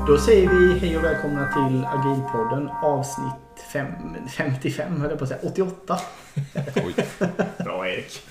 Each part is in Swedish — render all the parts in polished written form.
Då säger vi hej och välkomna till Agilpodden avsnitt 55, höll jag på att säga, 88. Oj. Bra Erik.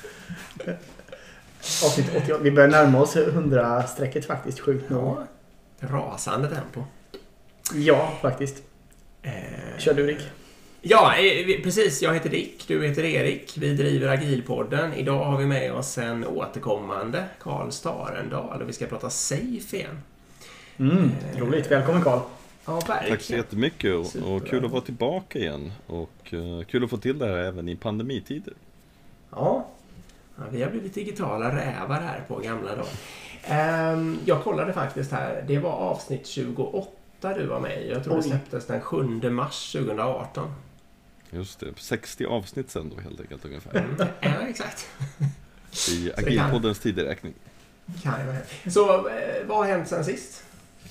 Avsnitt 88. Vi börjar närma oss 100-strecket faktiskt, sjukt nog. Ja, rasande tempo. Ja, faktiskt. Kör du Rick? Ja, precis. Jag heter Rick, du heter Erik. Vi driver Agilpodden. Idag har vi med oss en återkommande Carl Starendal och vi ska prata Safe igen. Roligt. Välkommen Carl. Ja, verkligen. Tack så jättemycket och kul att vara tillbaka igen. Och kul att få till det här även i pandemitider. Ja, vi har blivit digitala rävar här på gamla dagar. Jag kollade faktiskt här. Det var avsnitt 28 du var med. Jag tror det släpptes den 7 mars 2018. Just det, 60 avsnitt sen då helt enkelt ungefär. Ja, exakt. I Agilpoddens tideräkning. Så vad har hänt sen sist?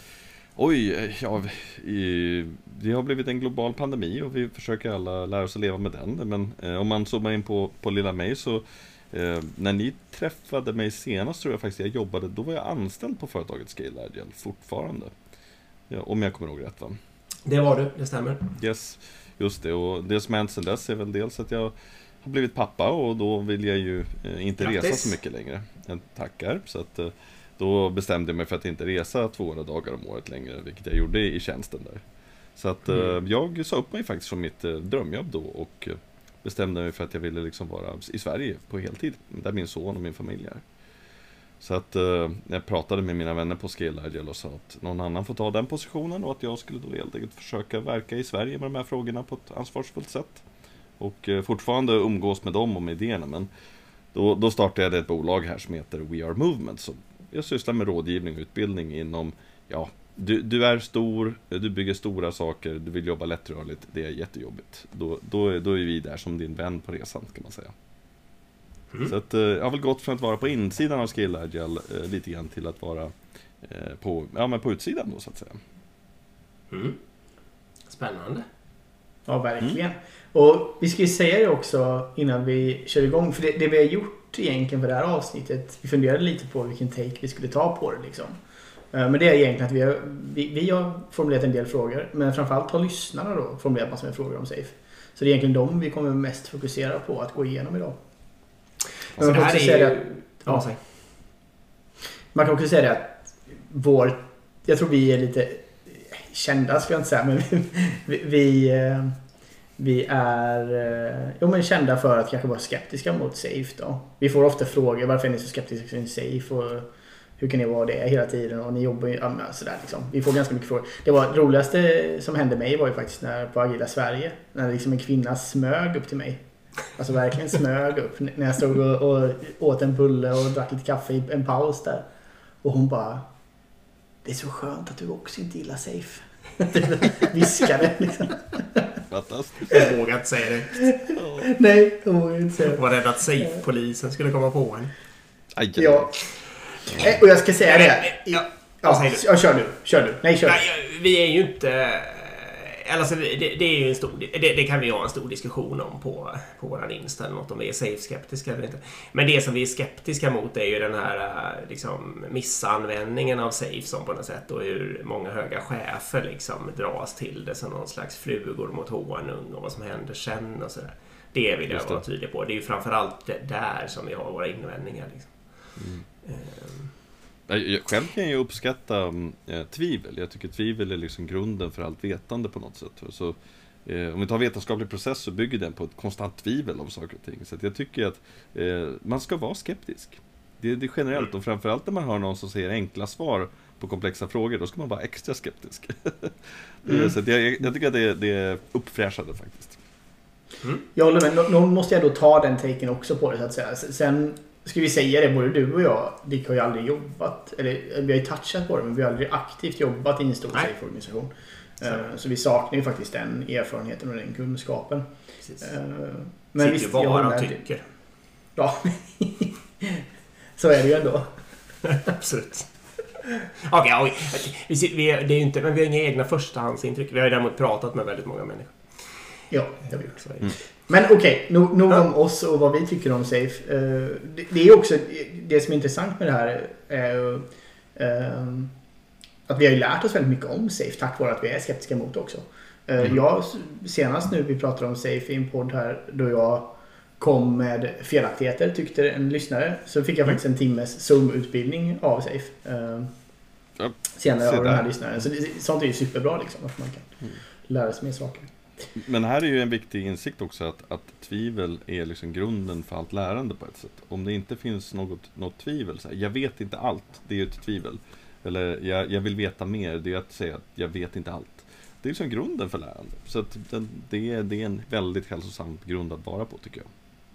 Oj, ja, det har blivit en global pandemi och vi försöker alla lära oss att leva med den. Men om man zoomar in på lilla mig så när ni träffade mig senast tror jag faktiskt jag jobbade, då var jag anställd på företaget Scale Agile fortfarande. Ja, om jag kommer ihåg rätt va? Det var du, det stämmer. Yes, just det. Och det som hänt sedan dess är väl dels att jag har blivit pappa och då vill jag ju inte resa så mycket längre. Jag tackar, så att då bestämde jag mig för att inte resa 200 dagar om året längre, vilket jag gjorde i tjänsten där. Så att jag sa upp mig faktiskt från mitt drömjobb då och bestämde mig för att jag ville liksom vara i Sverige på heltid, där min son och min familj är. Så att jag pratade med mina vänner på Scale Agile och sa att någon annan får ta den positionen och att jag skulle då helt enkelt försöka verka i Sverige med de här frågorna på ett ansvarsfullt sätt. Och fortfarande umgås med dem och med idéerna, men då startade jag ett bolag här som heter We Are Movement. Så jag sysslar med rådgivning och utbildning inom, ja, du är stor, du bygger stora saker, du vill jobba lättrörligt, det är jättejobbigt. Då är vi där som din vän på resan kan man säga. Så att, jag har väl gått från att vara på insidan av Scale Agile lite grann till att vara på utsidan då så att säga. Spännande. Ja, verkligen. Och vi ska ju säga det också innan vi kör igång. För det vi har gjort egentligen för det här avsnittet, vi funderade lite på vilken take vi skulle ta på det liksom. Men det är egentligen att vi har formulerat en del frågor, men framförallt har lyssnarna då formulerat massor med frågor om Safe. Så det är egentligen dem vi kommer mest fokusera på att gå igenom idag. Alltså det här är ju... Man kan också säga det att jag tror vi är lite kända, ska jag inte säga, men vi är kända för att kanske vara skeptiska mot Safe då. Vi får ofta frågor, varför är ni så skeptiska till Safe och hur kan ni vara det hela tiden och ni jobbar ju sådär liksom. Vi får ganska mycket frågor. Det roligaste som hände mig var ju faktiskt på Agila Sverige, när liksom en kvinna smög upp till mig. Alltså verkligen smög upp när jag stod och åt en bulle och drack lite kaffe i en paus där. Och hon bara, det är så skönt att du också inte gillar Safe. Viskade liksom. Fantastiskt. Jag vågar inte säga det. Nej, jag vågar inte säga det. Jag var rädd att Safe-polisen skulle komma på en. Ja. Och jag ska säga det. Ja, kör du. Nej, kör. Nej, vi är ju inte... Alltså, det är ju det kan vi ha en stor diskussion om på våran Insta eller något, om vi är safe-skeptiska eller inte. Men det som vi är skeptiska mot är ju den här liksom missanvändningen av safe som på något sätt, och hur många höga chefer liksom dras till det som någon slags flugor mot honung och vad som händer sen och sådär. Det vill jag vara tydlig på. Det är ju framförallt där som vi har våra invändningar liksom. Själv kan jag uppskatta tvivel. Jag tycker tvivel är liksom grunden för allt vetande på något sätt. Så, om vi tar vetenskaplig process så bygger den på ett konstant tvivel om saker och ting. Så att jag tycker att man ska vara skeptisk. Det är generellt, och framförallt när man hör någon som säger enkla svar på komplexa frågor, då ska man vara extra skeptisk. Så att jag tycker att det är uppfräschande faktiskt. Jag håller med. Någon måste jag då ta den taken också på det så att säga. Sen ska vi säga det, både du och jag, Dick, har ju aldrig jobbat, eller vi har ju touchat på det, men vi har aldrig aktivt jobbat i en stor safe-organisation. Så vi saknar ju faktiskt den erfarenheten och den kunskapen. Men visst, bara tycker. Ja, så är det ju ändå. Absolut. Okej, det är ju inte, men vi har inga egna förstahandsintryck. Vi har ju däremot pratat med väldigt många människor. Ja, det har vi gjort. Men okej, nog om oss och vad vi tycker om Safe. Det är också det som är intressant med det här är att vi har ju lärt oss väldigt mycket om Safe tack vare att vi är skeptiska mot det också. Jag senast nu vi pratade om Safe i en podd här då jag kom med felaktigheter tyckte en lyssnare, så fick jag faktiskt en timmes Zoom-utbildning av Safe senare av den här lyssnaren. Så sånt är ju superbra liksom, att man kan lära sig mer saker. Men här är ju en viktig insikt också att tvivel är liksom grunden för allt lärande på ett sätt. Om det inte finns något tvivel, så här, jag vet inte allt, det är ju ett tvivel. Eller jag vill veta mer, det är att säga att jag vet inte allt. Det är liksom grunden för lärande. Så att det är en väldigt hälsosam grund att vara på, tycker jag.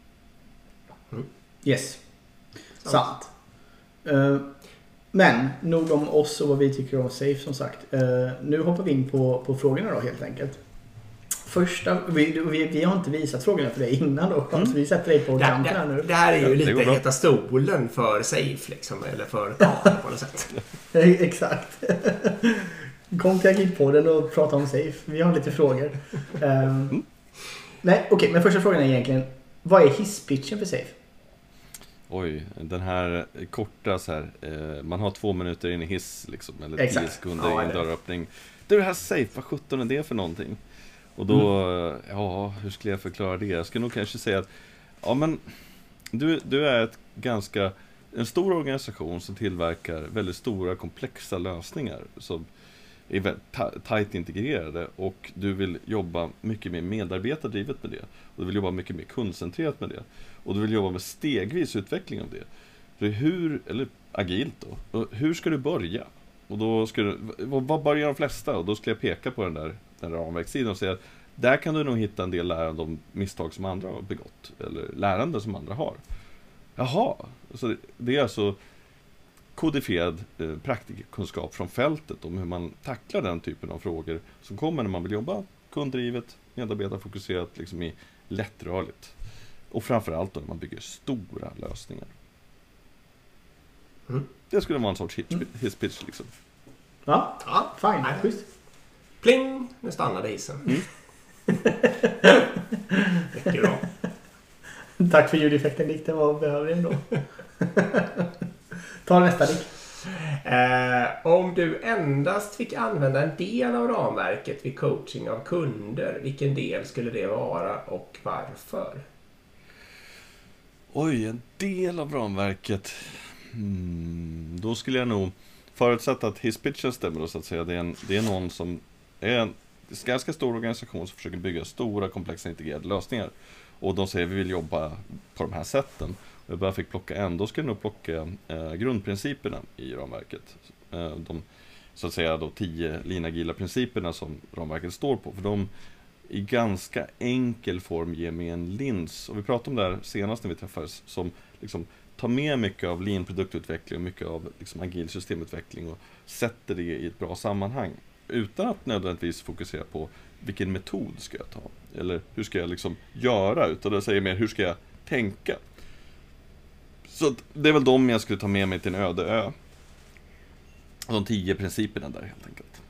Yes, sant. Men nog om oss och vad vi tycker om Safe som sagt. Nu hoppar vi in på frågorna då helt enkelt. Första, vi har inte visat frågorna för dig innan då. Så vi sätter dig på kanten här nu. Det här är ju lite heta stolen för Safe liksom, eller för Karl på något sätt. Exakt. Kom till Agilpodden och prata om Safe. Vi har lite frågor. Nej, okej, men första frågan är egentligen, vad är hisspitchen för Safe? Oj, den här korta så här, man har 2 minuter in i hiss liksom, eller 10 sekunder i en dörröppning. Det här Safe, vad 17 är det för någonting? Och då, hur skulle jag förklara det? Jag skulle nog kanske säga att, ja men, du är en stor organisation som tillverkar väldigt stora, komplexa lösningar som är väldigt tajt integrerade, och du vill jobba mycket mer medarbetardrivet med det. Och du vill jobba mycket mer kundcentrerat med det. Och du vill jobba med stegvis utveckling av det. Eller agilt då. Och hur ska du börja? Och då vad börjar de flesta? Och då ska jag peka på den ramverkssidan och säga att där kan du nog hitta en del lärande om misstag som andra har begått. Eller lärande som andra har. Jaha, så det är alltså kodifierad praktikkunskap från fältet om hur man tacklar den typen av frågor som kommer när man vill jobba kunddrivet, medarbetarfokuserat, liksom i lättrörligt. Och framförallt då när man bygger stora lösningar. Det skulle vara en sorts hisspitch liksom. Ja, fine. Schysst. Pling! Nu stannade hissen. Mycket bra. Tack för ljudeffekten, Dick. Det var behövlig ändå. Ta nästa, Dick. Om du endast fick använda en del av ramverket vid coaching av kunder, vilken del skulle det vara och varför? Oj, en del av ramverket. Då skulle jag nog förutsätta att hisspitchen stämmer då, så att säga. Det är någon som är en ganska stor organisation som försöker bygga stora, komplexa, integrerade lösningar. Och de säger vi vill jobba på de här sätten. Och jag bara fick plocka en. Då ska jag nog plocka grundprinciperna i ramverket. De så att säga då 10 lean-agila principerna som ramverket står på. För de i ganska enkel form ger mig en lins. Och vi pratade om det här senast när vi träffades. Som liksom tar med mycket av lean-produktutveckling och mycket av liksom agil systemutveckling och sätter det i ett bra sammanhang. Utan att nödvändigtvis fokusera på vilken metod ska jag ta. Eller hur ska jag liksom göra. Utan det säger mer hur ska jag tänka. Så det är väl de jag skulle ta med mig till en öde ö. De 10 principerna där helt enkelt.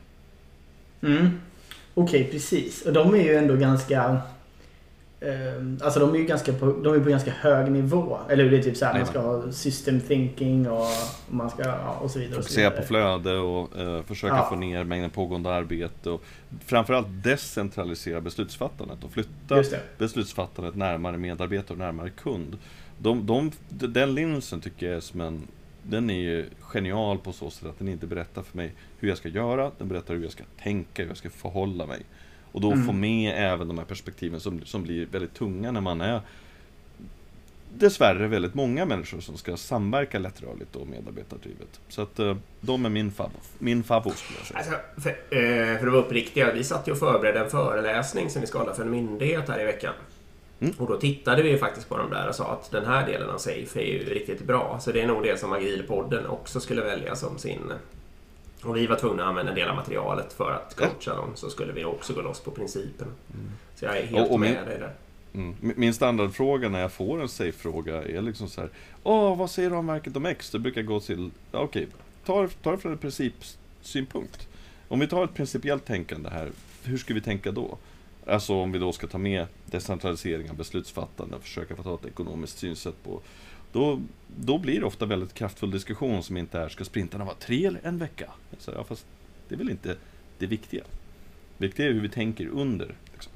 Okej, precis. Och de är ju ändå ganska... alltså de är på ganska hög nivå. Eller det är typ så här, man ska ha system thinking och man ska och så vidare. Fokusera på flöde och försöka få ner mängden pågående arbete och framförallt decentralisera beslutsfattandet och flytta beslutsfattandet närmare medarbetare och närmare kund. Den linsen tycker jag är den är ju genial på så sätt att den inte berättar för mig hur jag ska göra, den berättar hur jag ska tänka, hur jag ska förhålla mig. Och då få med även de här perspektiven som blir väldigt tunga när man är dessvärre väldigt många människor som ska samverka lättrörligt och medarbetardrivet. Så att de är min favorit skulle jag säga. Alltså, för att vara uppriktiga, vi satt ju och förberedde en föreläsning som vi ska hålla för en myndighet här i veckan. Och då tittade vi faktiskt på de där och sa att den här delen av Safe är ju riktigt bra. Så det är nog det som Agilpodden också skulle välja som sin... Och vi var tvungna att använda en del av materialet för att coacha dem, så skulle vi också gå loss på principen. Så jag är helt med dig där. Min standardfråga när jag får en Safe-fråga är liksom så här: vad säger ramverket om X? Det brukar gå till, ta det från en principsynpunkt. Om vi tar ett principiellt tänkande här, hur ska vi tänka då? Alltså om vi då ska ta med decentralisering av beslutsfattande och försöka få ta ett ekonomiskt synsätt på då blir det ofta väldigt kraftfull diskussion som inte är, ska sprintarna vara 3 eller en vecka? Så, ja, fast det är väl inte det viktiga. Det viktiga är hur vi tänker under. Liksom.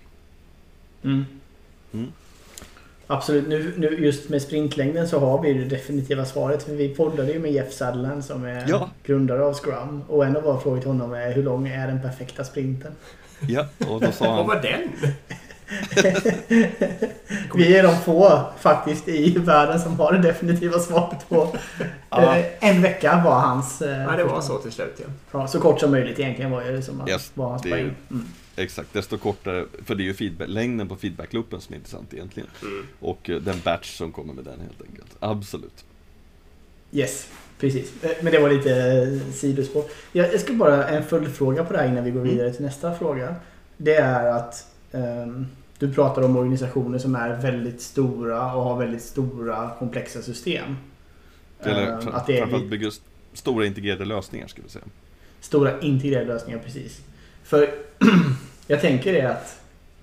Absolut, nu just med sprintlängden så har vi det definitiva svaret. För vi poddade ju med Jeff Sutherland som är grundare av Scrum. Och en av våra frågor till honom är: hur lång är den perfekta sprinten? Ja, och då sa han... Vad var den? Vi är de få faktiskt i världen som har det definitiva svaret på. En vecka var hans... Ja, det var så till slut. Ja, så kort som möjligt egentligen var det som var hans poäng. Exakt, desto kortare, för det är ju längden på feedbackloopen som är intressant egentligen. Och den batch som kommer med den helt enkelt. Absolut. Yes, precis. Men det var lite sidospår. Jag ska bara en följdfråga på det här innan vi går vidare till nästa fråga. Det är att du pratar om organisationer som är väldigt stora och har väldigt stora komplexa system. Att det är bygga stora integrerade lösningar, skulle vi säga. Stora integrerade lösningar, precis. För jag tänker det att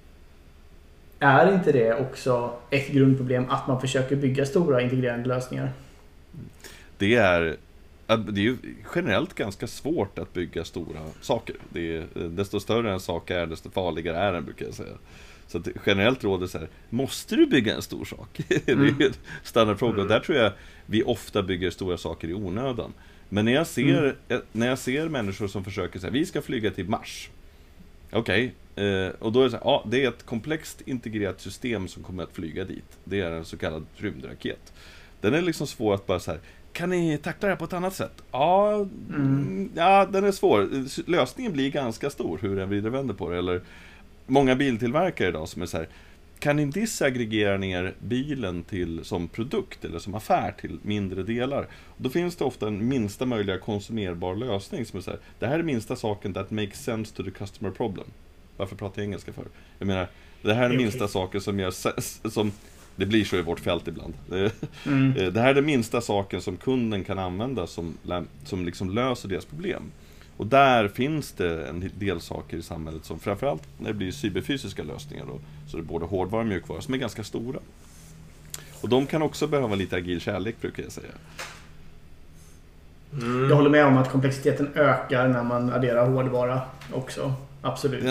är inte det också ett grundproblem att man försöker bygga stora integrerade lösningar? Det är ju generellt ganska svårt att bygga stora saker. Desto större en sak är, desto farligare är den, brukar jag säga. Så att generellt råder så här: måste du bygga en stor sak? Det är ju en standardfråga. Och där tror jag vi ofta bygger stora saker i onödan. Men när jag ser människor som försöker säga: vi ska flyga till Mars. Okej. Och då är det så här, det är ett komplext integrerat system som kommer att flyga dit. Det är en så kallad rymdraket. Den är liksom svår att bara så här: kan ni tackla det här på ett annat sätt? Ja, den är svår. Lösningen blir ganska stor, hur den vrider och vänder på det. Eller många biltillverkare idag som är så här: kan ni disaggregera ner bilen som produkt eller som affär till mindre delar? Då finns det ofta en minsta möjliga konsumerbar lösning som är så här: det här är minsta saken that makes sense to the customer problem. Varför pratar jag engelska för? Jag menar, det här är den minsta saken som det blir så i vårt fält ibland. Det här är den minsta saken som kunden kan använda som liksom löser deras problem. Och där finns det en del saker i samhället som framförallt när det blir cyberfysiska lösningar då, så det är både hårdvara och mjukvara som är ganska stora. Och de kan också behöva lite agil kärlek, brukar jag säga. Jag håller med om att komplexiteten ökar när man adderar hårdvara också. Absolut.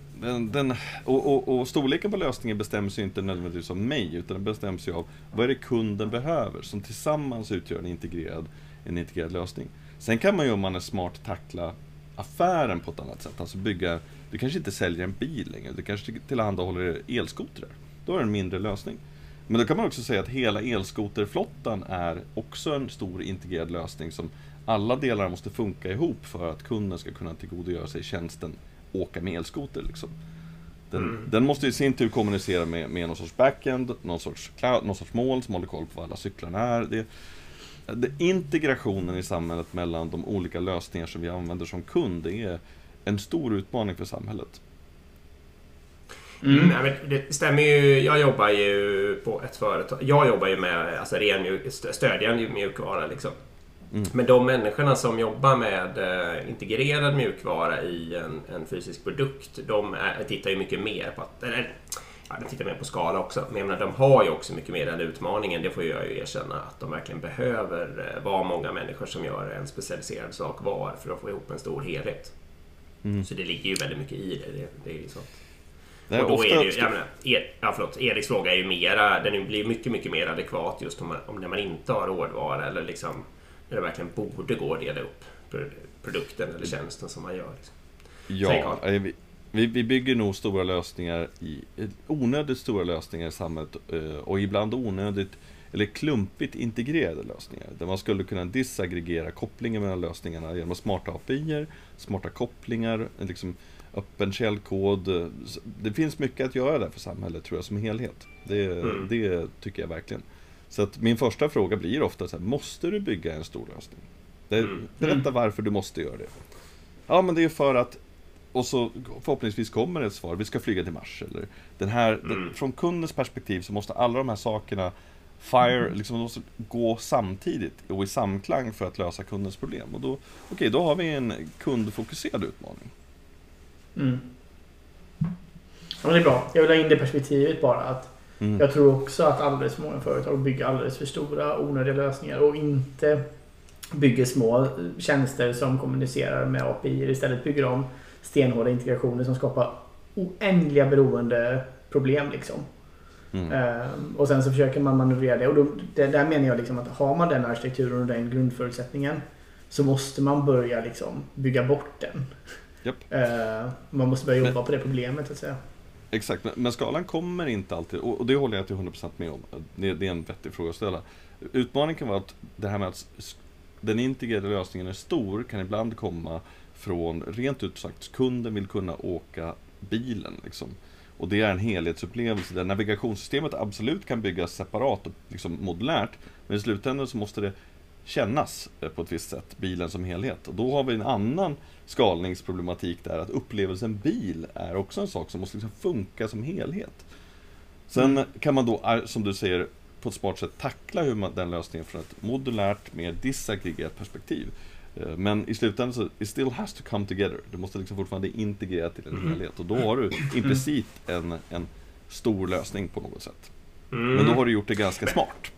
Och storleken på lösningen bestäms ju inte nödvändigtvis av mig, utan den bestäms ju av vad är det kunden behöver, som tillsammans utgör en integrerad lösning. Sen kan man ju, om man är smart, tackla affären på ett annat sätt. Alltså du kanske inte säljer en bil längre, du kanske tillhandahåller elskotrar. Då är det en mindre lösning. Men då kan man också säga att hela elskoterflottan är också en stor integrerad lösning som alla delar måste funka ihop för att kunden ska kunna tillgodogöra sig tjänsten åka med elskoter liksom. Den måste i sin tur kommunicera med någon sorts backend, någon sorts cloud, någon sorts moln som håller koll på vad alla cyklarna är. Integrationen i samhället mellan de olika lösningar som vi använder som kund, det är en stor utmaning för samhället. Nej, men det stämmer ju. Jag jobbar ju på ett företag. Jag jobbar ju med stödjande mjukvara liksom. Men de människorna som jobbar med integrerad mjukvara i en fysisk produkt, de tittar ju mycket mer på de tittar mer på skala också. Men de har ju också mycket mer den utmaningen. Det får jag ju erkänna, att de verkligen behöver vara många människor som gör en specialiserad sak var för att få ihop en stor helhet. Så det ligger ju väldigt mycket i det. Det är ju så. Och då är det ju, Eriks fråga är ju mera, den blir mycket, mycket mer adekvat just om när man inte har hårdvara eller liksom när det verkligen borde gå att dela upp produkten eller tjänsten som man gör. Liksom. Ja, vi bygger nog stora lösningar onödigt stora lösningar i samhället och ibland onödigt eller klumpigt integrerade lösningar där man skulle kunna disaggregera kopplingen mellan lösningarna genom smarta API:er, smarta kopplingar, liksom öppen källkod. Det finns mycket att göra där för samhället, tror jag, som helhet. Det tycker jag verkligen. Så att min första fråga blir ofta så här: måste du bygga en stor lösning? Berätta varför du måste göra det. Ja, men det är för att, och så förhoppningsvis kommer ett svar: vi ska flyga till Mars. Eller från kundens perspektiv så måste alla de här sakerna liksom måste gå samtidigt och i samklang för att lösa kundens problem. Och då har vi en kundfokuserad utmaning. Ja, det är bra. Jag vill ha in det perspektivet bara att Jag tror också att alldeles för många företag bygger alldeles för stora onödiga lösningar och inte bygger små tjänster som kommunicerar med API. Istället bygger de stenhårda integrationer som skapar oändliga beroende problem liksom. Och sen så försöker man manövrera det. Och då, där menar jag liksom att har man den arkitekturen och den grundförutsättningen så måste man börja liksom bygga bort den. Yep. Man måste börja jobba på det problemet så att säga. Exakt, men skalan kommer inte alltid, och det håller jag till 100% med om. Det är en vettig fråga att ställa. Utmaningen kan vara att det här med att den integrerade lösningen är stor kan ibland komma från, rent ut sagt, kunden vill kunna åka bilen liksom. Och det är en helhetsupplevelse där navigationssystemet absolut kan byggas separat och liksom modulärt, men i slutändan så måste det kännas på ett visst sätt, bilen som helhet. Och då har vi en annan skalningsproblematik där, att upplevelsen bil är också en sak som måste liksom funka som helhet. Sen kan man då, som du säger, på ett smart sätt tackla hur man, den lösningen från ett modulärt, mer disaggregerat perspektiv. Men i slutändan så it still has to come together. Du måste liksom fortfarande integrera till en helhet. Och då har du implicit en stor lösning på något sätt. Men då har du gjort det ganska smart.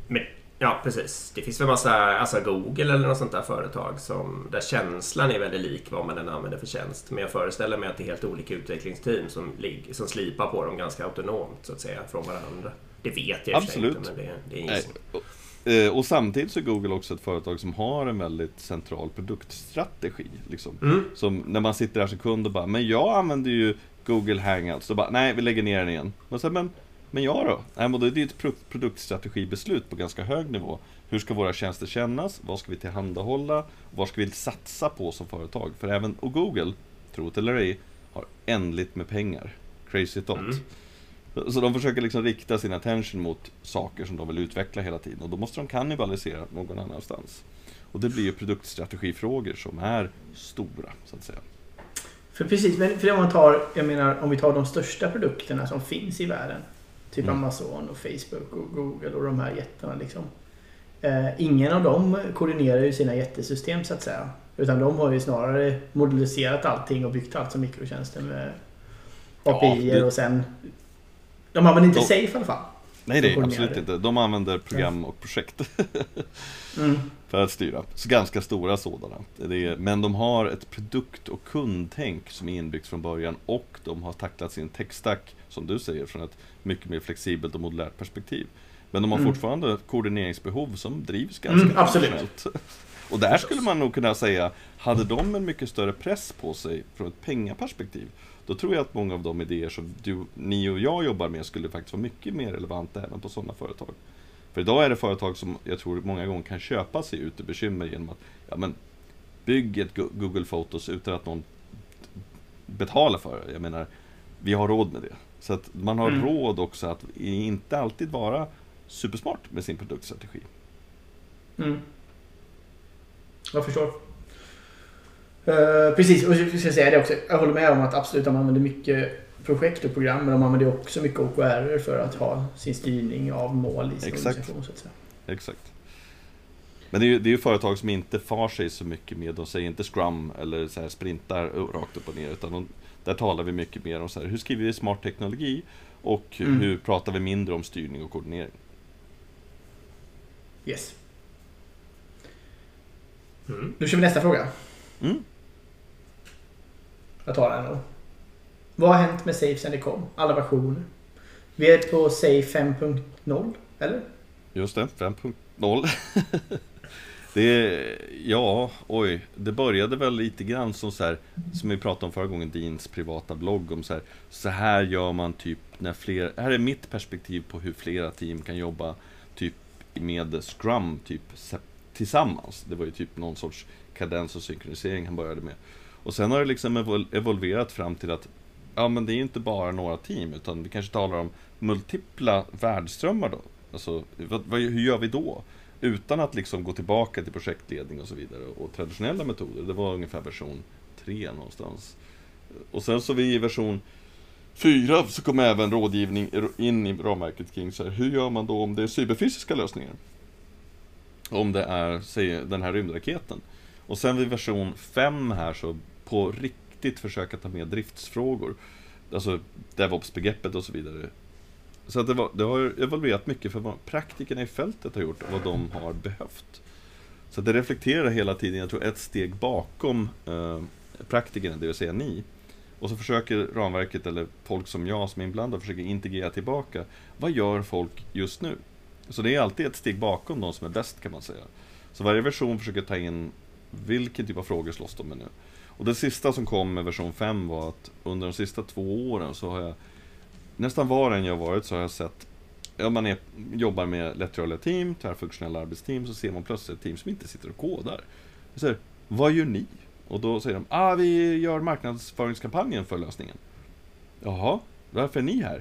Ja, precis. Det finns väl massa Google eller något sånt där företag där känslan är väldigt lik vad man än använder för tjänst. Men jag föreställer mig att det är helt olika utvecklingsteam som slipar på dem ganska autonomt så att säga från varandra. Det vet jag absolut inte, men det är inget. Och samtidigt så är Google också ett företag som har en väldigt central produktstrategi liksom. Som när man sitter där som kund och bara, men jag använder ju Google Hangouts, så bara, nej vi lägger ner den igen. Men jag då? Nej, men det är ett produktstrategibeslut på ganska hög nivå. Hur ska våra tjänster kännas? Vad ska vi tillhandahålla? Vad ska vi satsa på som företag? För även Google, tro det eller ej, har ändligt med pengar. Crazy thought. Så de försöker liksom rikta sin attention mot saker som de vill utveckla hela tiden. Och då måste de kannibalisera någon annanstans. Och det blir ju produktstrategifrågor som är stora, så att säga. För precis, men om vi tar de största produkterna som finns i världen, typ Amazon och Facebook och Google och de här jättarna liksom. Ingen av dem koordinerar ju sina jättesystem så att säga. Utan de har ju snarare modelliserat allting och byggt allt som mikrotjänster med API och sen de använder inte Safe i alla fall. Nej, det är absolut inte. De använder program och projekt för att styra. Så ganska stora sådana. Men de har ett produkt- och kundtänk som är inbyggt från början, och de har tacklat sin tech-stack, som du säger, från ett mycket mer flexibelt och modulärt perspektiv. Men de har fortfarande koordineringsbehov som drivs ganska professionellt. Och där skulle man nog kunna säga, hade de en mycket större press på sig från ett pengaperspektiv, då tror jag att många av de idéer som ni och jag jobbar med skulle faktiskt vara mycket mer relevanta även på sådana företag. För idag är det företag som jag tror många gånger kan köpa sig ut ur bekymmer genom att bygg ett Google Photos utan att någon betalar för det. Jag menar, vi har råd med det. Så att man har råd också att inte alltid vara supersmart med sin produktstrategi. Jag förstår. Precis, och jag ska säga det också. Jag håller med om att absolut de använder mycket projekt och program, men de använder också mycket OKR för att ha sin styrning av mål i sin organisation så att säga. Exakt. Men det är ju företag som inte far sig så mycket med, de säger inte Scrum eller så här sprintar rakt upp och ner, utan där talar vi mycket mer om så här, hur skriver vi smart teknologi och hur pratar vi mindre om styrning och koordinering. Yes. Nu kör vi nästa fråga. Jag tar den då. Vad har hänt med Safe sen det kom? Alla versioner. Vi är på Safe 5.0, eller? Just det, 5.0. Det började väl lite grann som så här, som vi pratade om förra gången, Deans privata blogg om så här gör man typ när här är mitt perspektiv på hur flera team kan jobba typ med Scrum typ tillsammans. Det var ju typ någon sorts kadens och synkronisering han började med. Och sen har det liksom evolverat fram till att men det är inte bara några team, utan vi kanske talar om multipla värdeströmmar då. Alltså, hur gör vi då? Utan att liksom gå tillbaka till projektledning och så vidare och traditionella metoder. Det var ungefär version 3 någonstans. Och sen så i version 4 så kom även rådgivning in i ramverket kring så här, hur gör man då om det är cyberfysiska lösningar? Om det är, säg, den här rymdraketen. Och sen vid version 5 här så på riktigt försöka ta med driftsfrågor. Alltså DevOps-begreppet och så vidare. Så att det har evolverat mycket för vad praktikerna i fältet har gjort och vad de har behövt. Så att det reflekterar hela tiden, jag tror, ett steg bakom praktikerna, det vill säga ni. Och så försöker ramverket, eller folk som jag som är inblandad, försöker integrera tillbaka. Vad gör folk just nu? Så det är alltid ett steg bakom de som är bäst, kan man säga. Så varje version försöker ta in vilken typ av frågor slåss de med nu. Och det sista som kom med version 5 var att under de sista 2 åren så har jag, nästan var än jag varit, så har jag sett, om man jobbar med lättrörliga team, tvärfunktionella arbetsteam, så ser man plötsligt ett team som inte sitter och kodar. Jag säger, vad gör ni? Och då säger de, vi gör marknadsföringskampanjen för lösningen. Jaha, varför är ni här?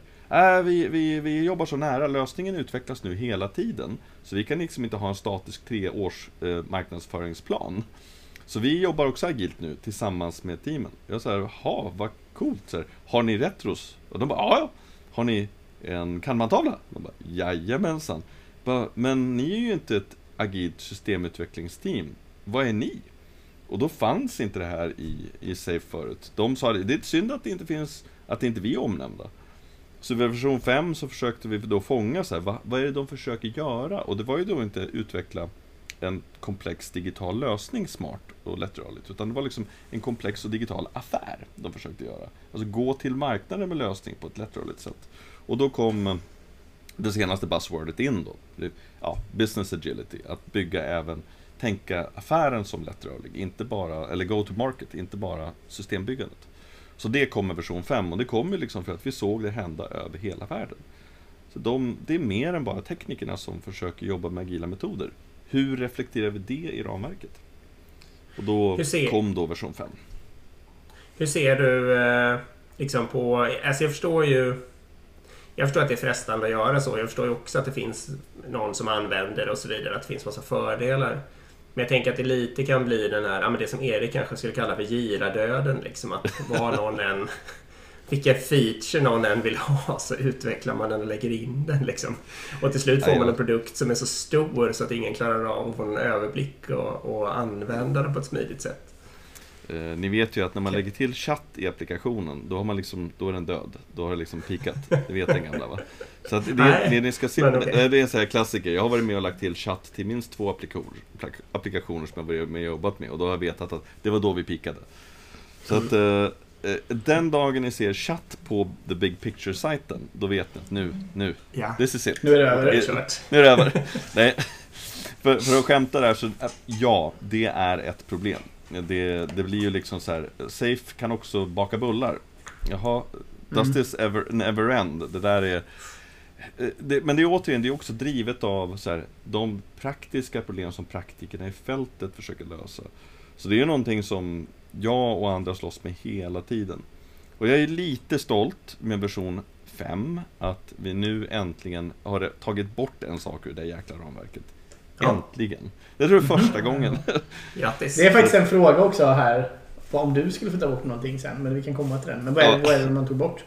Vi jobbar så nära, lösningen utvecklas nu hela tiden. Så vi kan liksom inte ha en statisk 3-års marknadsplan. Så vi jobbar också agilt nu tillsammans med teamen. Jag säger, vad coolt. Så här, har ni retros? Och de bara, ja. Har ni en Kanban-tavla? De bara, jajamensan. Men ni är ju inte ett agilt systemutvecklingsteam. Vad är ni? Och då fanns inte det här i Safe förut. De sa, det är synd att det inte finns, att inte vi är omnämnda. Så vid version 5 så försökte vi då fånga så här, vad är det de försöker göra? Och det var ju då inte utveckla en komplex digital lösning smart och lättrörligt, utan det var liksom en komplex och digital affär de försökte göra. Alltså gå till marknaden med lösning på ett lättrörligt sätt. Och då kom det senaste buzzwordet in då. Business agility, att bygga även, tänka affären som lättrörlig, inte bara, eller go to market, inte bara systembyggandet. Så det kommer version 5, och det kommer liksom för att vi såg det hända över hela världen. Så det är mer än bara teknikerna som försöker jobba med agila metoder. Hur reflekterar vi det i ramverket? Och då kom då version 5. Hur ser du liksom på, alltså jag förstår att det är frestande att göra så. Jag förstår ju också att det finns någon som använder det och så vidare, att det finns massa fördelar. Men jag tänker att det lite kan bli den här, men det som Erik kanske skulle kalla för giradöden, liksom, att vad någon än, vilka feature någon än vill ha, så utvecklar man den och lägger in den liksom. Och till slut får man en produkt som är så stor så att ingen klarar av att få en överblick och använda den på ett smidigt sätt. Ni vet ju att när man lägger till chatt i applikationen, då har man liksom, då är den död. Då har det liksom pikat. Det vet den gamla, va? Så att det ni ska se, det är en sån här klassiker. Jag har varit med och lagt till chatt till minst 2 applikationer som jag varit med och jobbat med, och då har jag vetat att det var då vi pikade. Så att den dagen ni ser chatt på The Big Picture-sajten, då vet ni att nu this is it. Nu är det över. Nu är det över. Nej. För att skämta där, så ja, det är ett problem. Det blir ju liksom så här, Safe kan också baka bullar. Jaha, does this never end? Det där är men det är återigen, det är också drivet av så här, de praktiska problem som praktikerna i fältet försöker lösa. Så det är någonting som jag och andra slåss med hela tiden. Och jag är lite stolt med version 5 att vi nu äntligen har tagit bort en sak ur det jäkla ramverket. Äntligen. Jag tror det är första gången. Grattis. Det är faktiskt en fråga också här, om du skulle få ta bort någonting sen, men vi kan komma till den. Men vad är det man tog bort?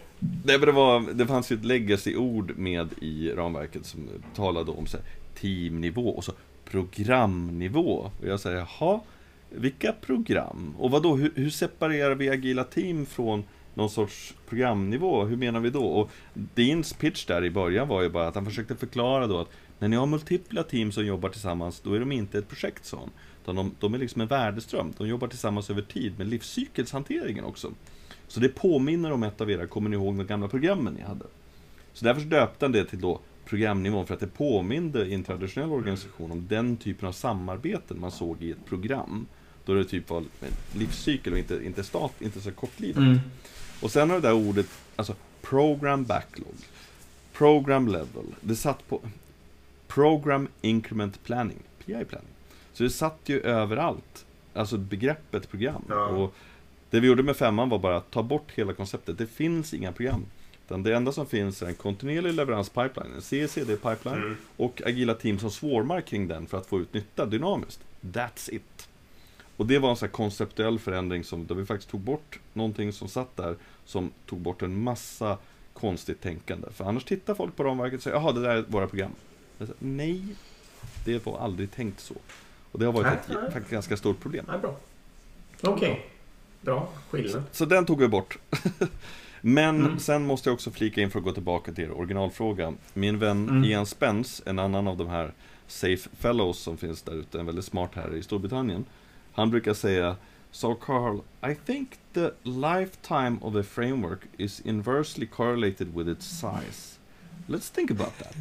Det fanns ju ett legacy-ord med i ramverket som talade om så här, teamnivå och så programnivå. Och jag säger, jaha, vilka program? Och vad då? Hur separerar vi agila team från någon sorts programnivå? Hur menar vi då? Och Deans pitch där i början var ju bara att han försökte förklara då att när ni har multipla team som jobbar tillsammans, då är de inte ett projekt, sån. De är liksom en värdeström. De jobbar tillsammans över tid med livscykelshanteringen också. Så det påminner om ett av era, kommer ni ihåg de gamla programmen ni hade? Så därför döpte han det till då programnivån, för att det påminde i en traditionell organisation om den typen av samarbeten man såg i ett program. Då det typ var livscykel och inte så kortlivet. Och sen har det där ordet, alltså program backlog, program level, det satt på program increment planning, PI planning. Så det satt ju överallt, alltså begreppet program. Och det vi gjorde med 5 var bara att ta bort hela konceptet. Det finns inga program. Det enda som finns är en kontinuerlig leveranspipeline, en CICD-pipeline och agila team som swarmar kring den för att få ut nytta dynamiskt. That's it. Och det var en sån här konceptuell förändring där vi faktiskt tog bort någonting som satt där, som tog bort en massa konstigt tänkande. För annars tittar folk på ramverket och säger, jaha, det där är våra program. Nej, det var aldrig tänkt så. Och det har varit ett ganska stort problem. Bra. Okej. Bra, skillnad. Så den tog vi bort. Men sen måste jag också flika in för att gå tillbaka till er originalfråga. Min vän Ian Spence, en annan av de här Safe Fellows som finns där ute, en väldigt smart här i Storbritannien. Han brukar säga: So Carl, I think the lifetime of a framework is inversely correlated with its size. Let's think about that.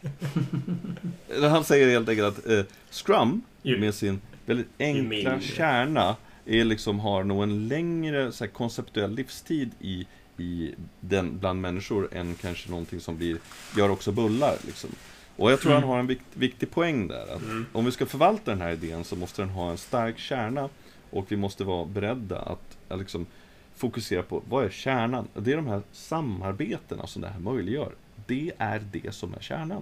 Han säger helt enkelt att Scrum med sin väldigt enkla kärna är liksom, har nog en längre så här, konceptuell livstid i den bland människor än kanske någonting som gör också bullar liksom. Och jag tror han har en viktig poäng där, att om vi ska förvalta den här idén så måste den ha en stark kärna, och vi måste vara beredda att liksom fokusera på vad är kärnan. Det är de här samarbetena som det här möjliggör. Det är det som är kärnan.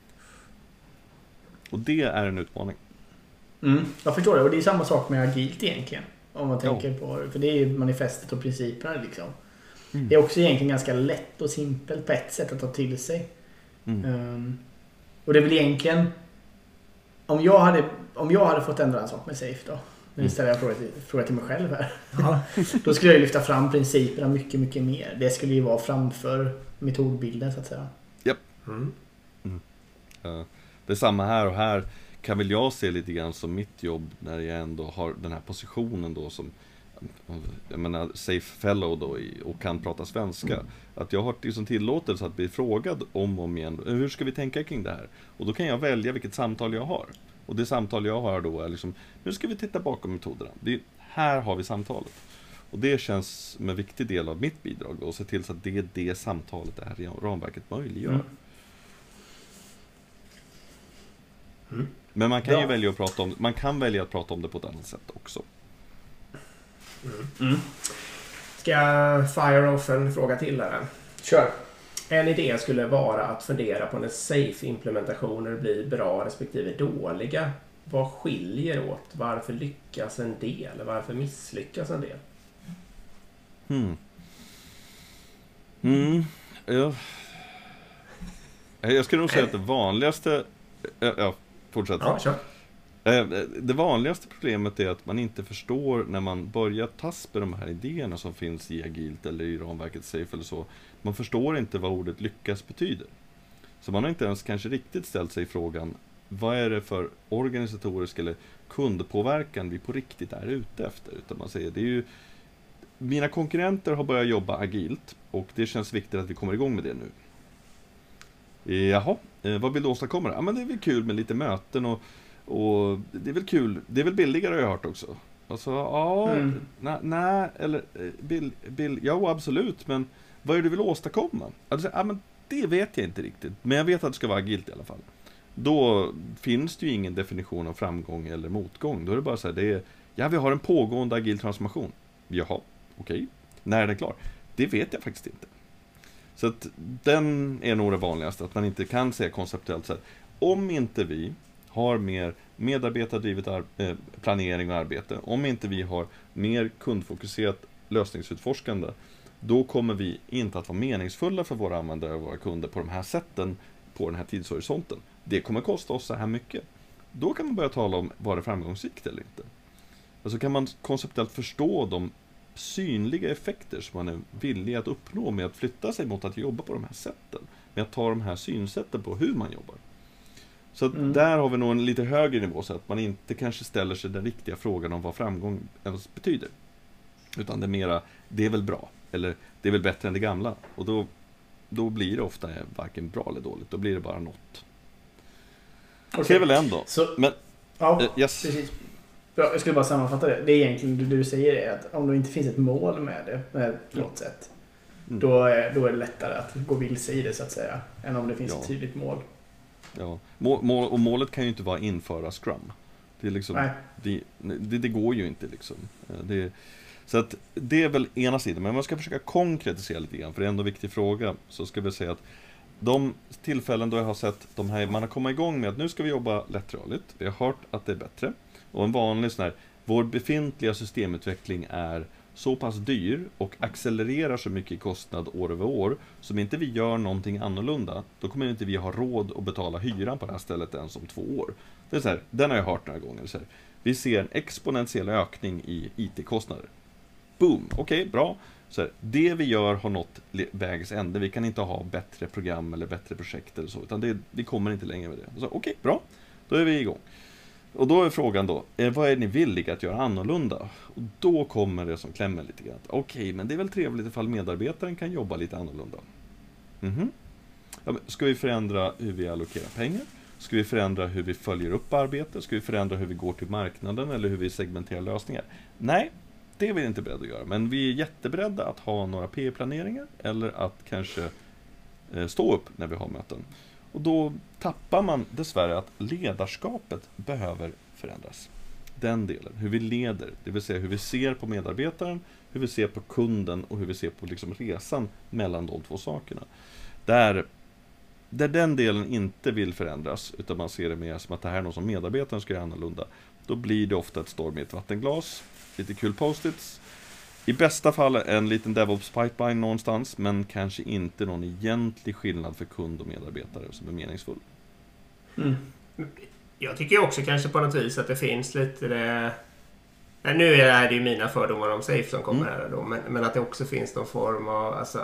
Och det är en utmaning. Jag förstår det, och det är samma sak med agilt egentligen. Om man tänker på det, för det är ju manifestet och principerna liksom. Det är också egentligen ganska lätt och simpelt på ett sätt att ta till sig. Och det är väl egentligen, om jag hade fått ändra en sak med Safe då, nu ställer jag fråga till mig själv här. Ja. Då skulle jag lyfta fram principerna mycket, mycket mer. Det skulle ju vara framför metodbilden så att säga. Japp. Det är samma här, och här kan väl jag se lite grann som mitt jobb när jag ändå har den här positionen då som, jag menar, Safe Fellow då och kan prata svenska. Att jag har liksom tillåtelse att bli frågad om och om igen, hur ska vi tänka kring det här? Och då kan jag välja vilket samtal jag har. Och det samtal jag har då är liksom, nu ska vi titta bakom metoderna. Här har vi samtalet. Och det känns som en viktig del av mitt bidrag då, och se till så att det är det samtalet det här ramverket möjliggör. Men man kan ju välja att prata om, man kan välja att prata om det på ett annat sätt också. Ska jag fire off en fråga till här? Kör. En idé skulle vara att fundera på när Safe-implementationer blir bra respektive dåliga. Vad skiljer åt? Varför lyckas en del? Eller varför misslyckas en del? Ja. Jag skulle nog säga att det vanligaste... fortsätt. Ja, kör. Det vanligaste problemet är att man inte förstår när man börjar taspa de här idéerna som finns i agilt eller i ramverket Safe eller så. Man förstår inte vad ordet lyckas betyder. Så man har inte ens kanske riktigt ställt sig frågan, vad är det för organisatorisk eller kundpåverkan vi på riktigt är ute efter? Utan man säger, det är ju, mina konkurrenter har börjat jobba agilt och det känns viktigt att vi kommer igång med det nu. Jaha, vad vill du åstadkomma? Ja, men det är väl kul med lite möten och det är väl kul, det är väl billigare har jag hört också. Alltså, nej, eller ja absolut, men vad är det du vill åstadkomma? Alltså, ja, men det vet jag inte riktigt, men jag vet att det ska vara agilt i alla fall. Då finns det ju ingen definition av framgång eller motgång. Då är det bara så här, vi har en pågående agil transformation. Jaha, okej. När är den klar? Det vet jag faktiskt inte. Så att den är nog det vanligaste, att man inte kan säga konceptuellt så här, om inte vi har mer medarbetardrivet planering och arbete, om inte vi har mer kundfokuserat lösningsutforskande, då kommer vi inte att vara meningsfulla för våra användare och våra kunder på de här sätten, på den här tidshorisonten. Det kommer kosta oss så här mycket. Då kan man börja tala om, var det framgångsrikt eller inte? Alltså kan man konceptuellt förstå de synliga effekter som man är villig att uppnå med att flytta sig mot att jobba på de här sätten, med att ta de här synsätten på hur man jobbar. Så att där har vi nog en lite högre nivå, så att man inte kanske ställer sig den riktiga frågan om vad framgång ens betyder, utan det är mera, det är väl bra, eller det är väl bättre än det gamla, och då blir det ofta varken bra eller dåligt, då blir det bara något. Okay. Det är väl ändå. Men, ja, precis. Jag skulle bara sammanfatta det. Det är egentligen det du säger är att om det inte finns ett mål med det på något sätt, då är det lättare att gå vilse i det så att säga, än om det finns ett tydligt mål. Ja, och målet kan ju inte vara införa Scrum. Det är liksom, det går ju inte liksom. Så att det är väl ena sidan, men man ska försöka konkretisera lite grann, för det är ändå en viktig fråga. Så ska vi säga att de tillfällen då jag har sett de här, man har kommit igång med att nu ska vi jobba lättrörligt, vi har hört att det är bättre. Och en vanlig sån här, vår befintliga systemutveckling är så pass dyr och accelererar så mycket i kostnad år över år, som inte vi gör någonting annorlunda, då kommer inte vi ha råd att betala hyran på det här stället ens om 2 år. Det är så här, den har jag hört några gånger. Så här, vi ser en exponentiell ökning i IT-kostnader. Boom, okej, bra. Så här, det vi gör har nått vägs ände. Vi kan inte ha bättre program eller bättre projekt eller så, utan vi kommer inte längre med det. Så okej, bra. Då är vi igång. Och då är frågan då, vad är ni villiga att göra annorlunda? Och då kommer det som klämmer lite grann. Okej, men det är väl trevligt ifall medarbetaren kan jobba lite annorlunda. Ja, ska vi förändra hur vi allokerar pengar? Ska vi förändra hur vi följer upp arbete? Ska vi förändra hur vi går till marknaden eller hur vi segmenterar lösningar? Nej, det är vi inte beredda att göra. Men vi är jätteberedda att ha några PE-planeringar eller att kanske stå upp när vi har möten. Och då tappar man dessvärre att ledarskapet behöver förändras. Den delen, hur vi leder, det vill säga hur vi ser på medarbetaren, hur vi ser på kunden och hur vi ser på liksom resan mellan de två sakerna. Där den delen inte vill förändras, utan man ser det mer som att det här är något som medarbetaren ska göra annorlunda, då blir det ofta ett storm i ett vattenglas, lite kul post-its. I bästa fall en liten DevOps pipeline någonstans, men kanske inte någon egentlig skillnad för kund och medarbetare som är meningsfull. Jag tycker också kanske på något vis att det finns lite det... Nu är det ju mina fördomar om Safe som kommer här då, men att det också finns någon form av... Alltså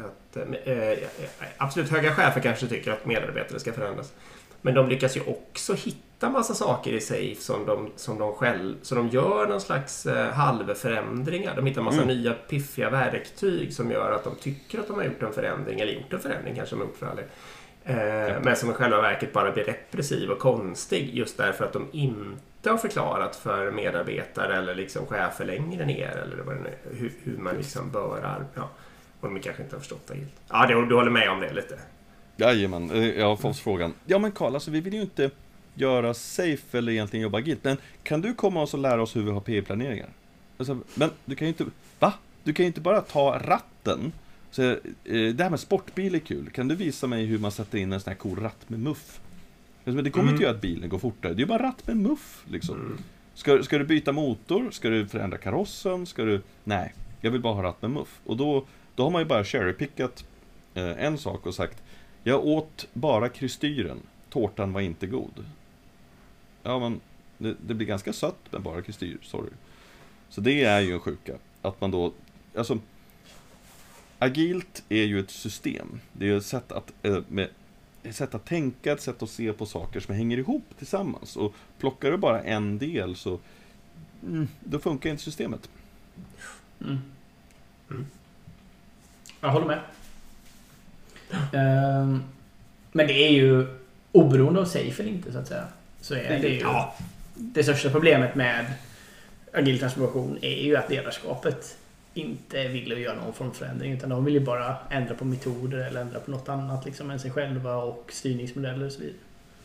absolut höga chefer kanske tycker att medarbetare ska förändras. Men de lyckas ju också hitta massa saker i Safe som de gör någon slags halvförändringar. De hittar massa nya piffiga verktyg som gör att de tycker att de har gjort en förändring, eller gjort en förändring kanske de uppför. Men som i själva verket bara blir repressiv och konstig just därför att de inte har förklarat för medarbetare eller liksom chefer längre ner eller vad det nu, hur man liksom bör och de kanske inte har förstått det helt. Ja, du håller med om det lite. Jajamän, jag har fått frågan. Ja men Karl, alltså vi vill ju inte göra Safe eller egentligen jobba agilt, men kan du komma och lära oss hur vi har PE-planeringar? Alltså, men du kan ju inte... Va? Du kan ju inte bara ta ratten. Så, det här med sportbil är kul. Kan du visa mig hur man sätter in en sån här cool ratt med muff? Men det kommer inte göra att bilen går fortare. Det är bara ratt med muff liksom. Ska du byta motor? Ska du förändra karossen? Nej, jag vill bara ha ratt med muff. Och då har man ju bara cherrypickat en sak och sagt: jag åt bara kristyren. Tårtan var inte god. Ja, men det blir ganska sött med bara kristyr, sorry. Så det är ju en sjuka. Att man då... Alltså, agilt är ju ett system. Det är ett sätt att tänka, ett sätt att se på saker som hänger ihop tillsammans. Och plockar du bara en del så då funkar inte systemet. Jag håller med. Men det är ju oberoende av Safe eller inte så att säga. Så är det ju det största problemet med agil transformation är ju att ledarskapet inte vill göra någon form av förändring, utan de vill ju bara ändra på metoder eller ändra på något annat liksom än sig själva och styrningsmodeller och så vidare.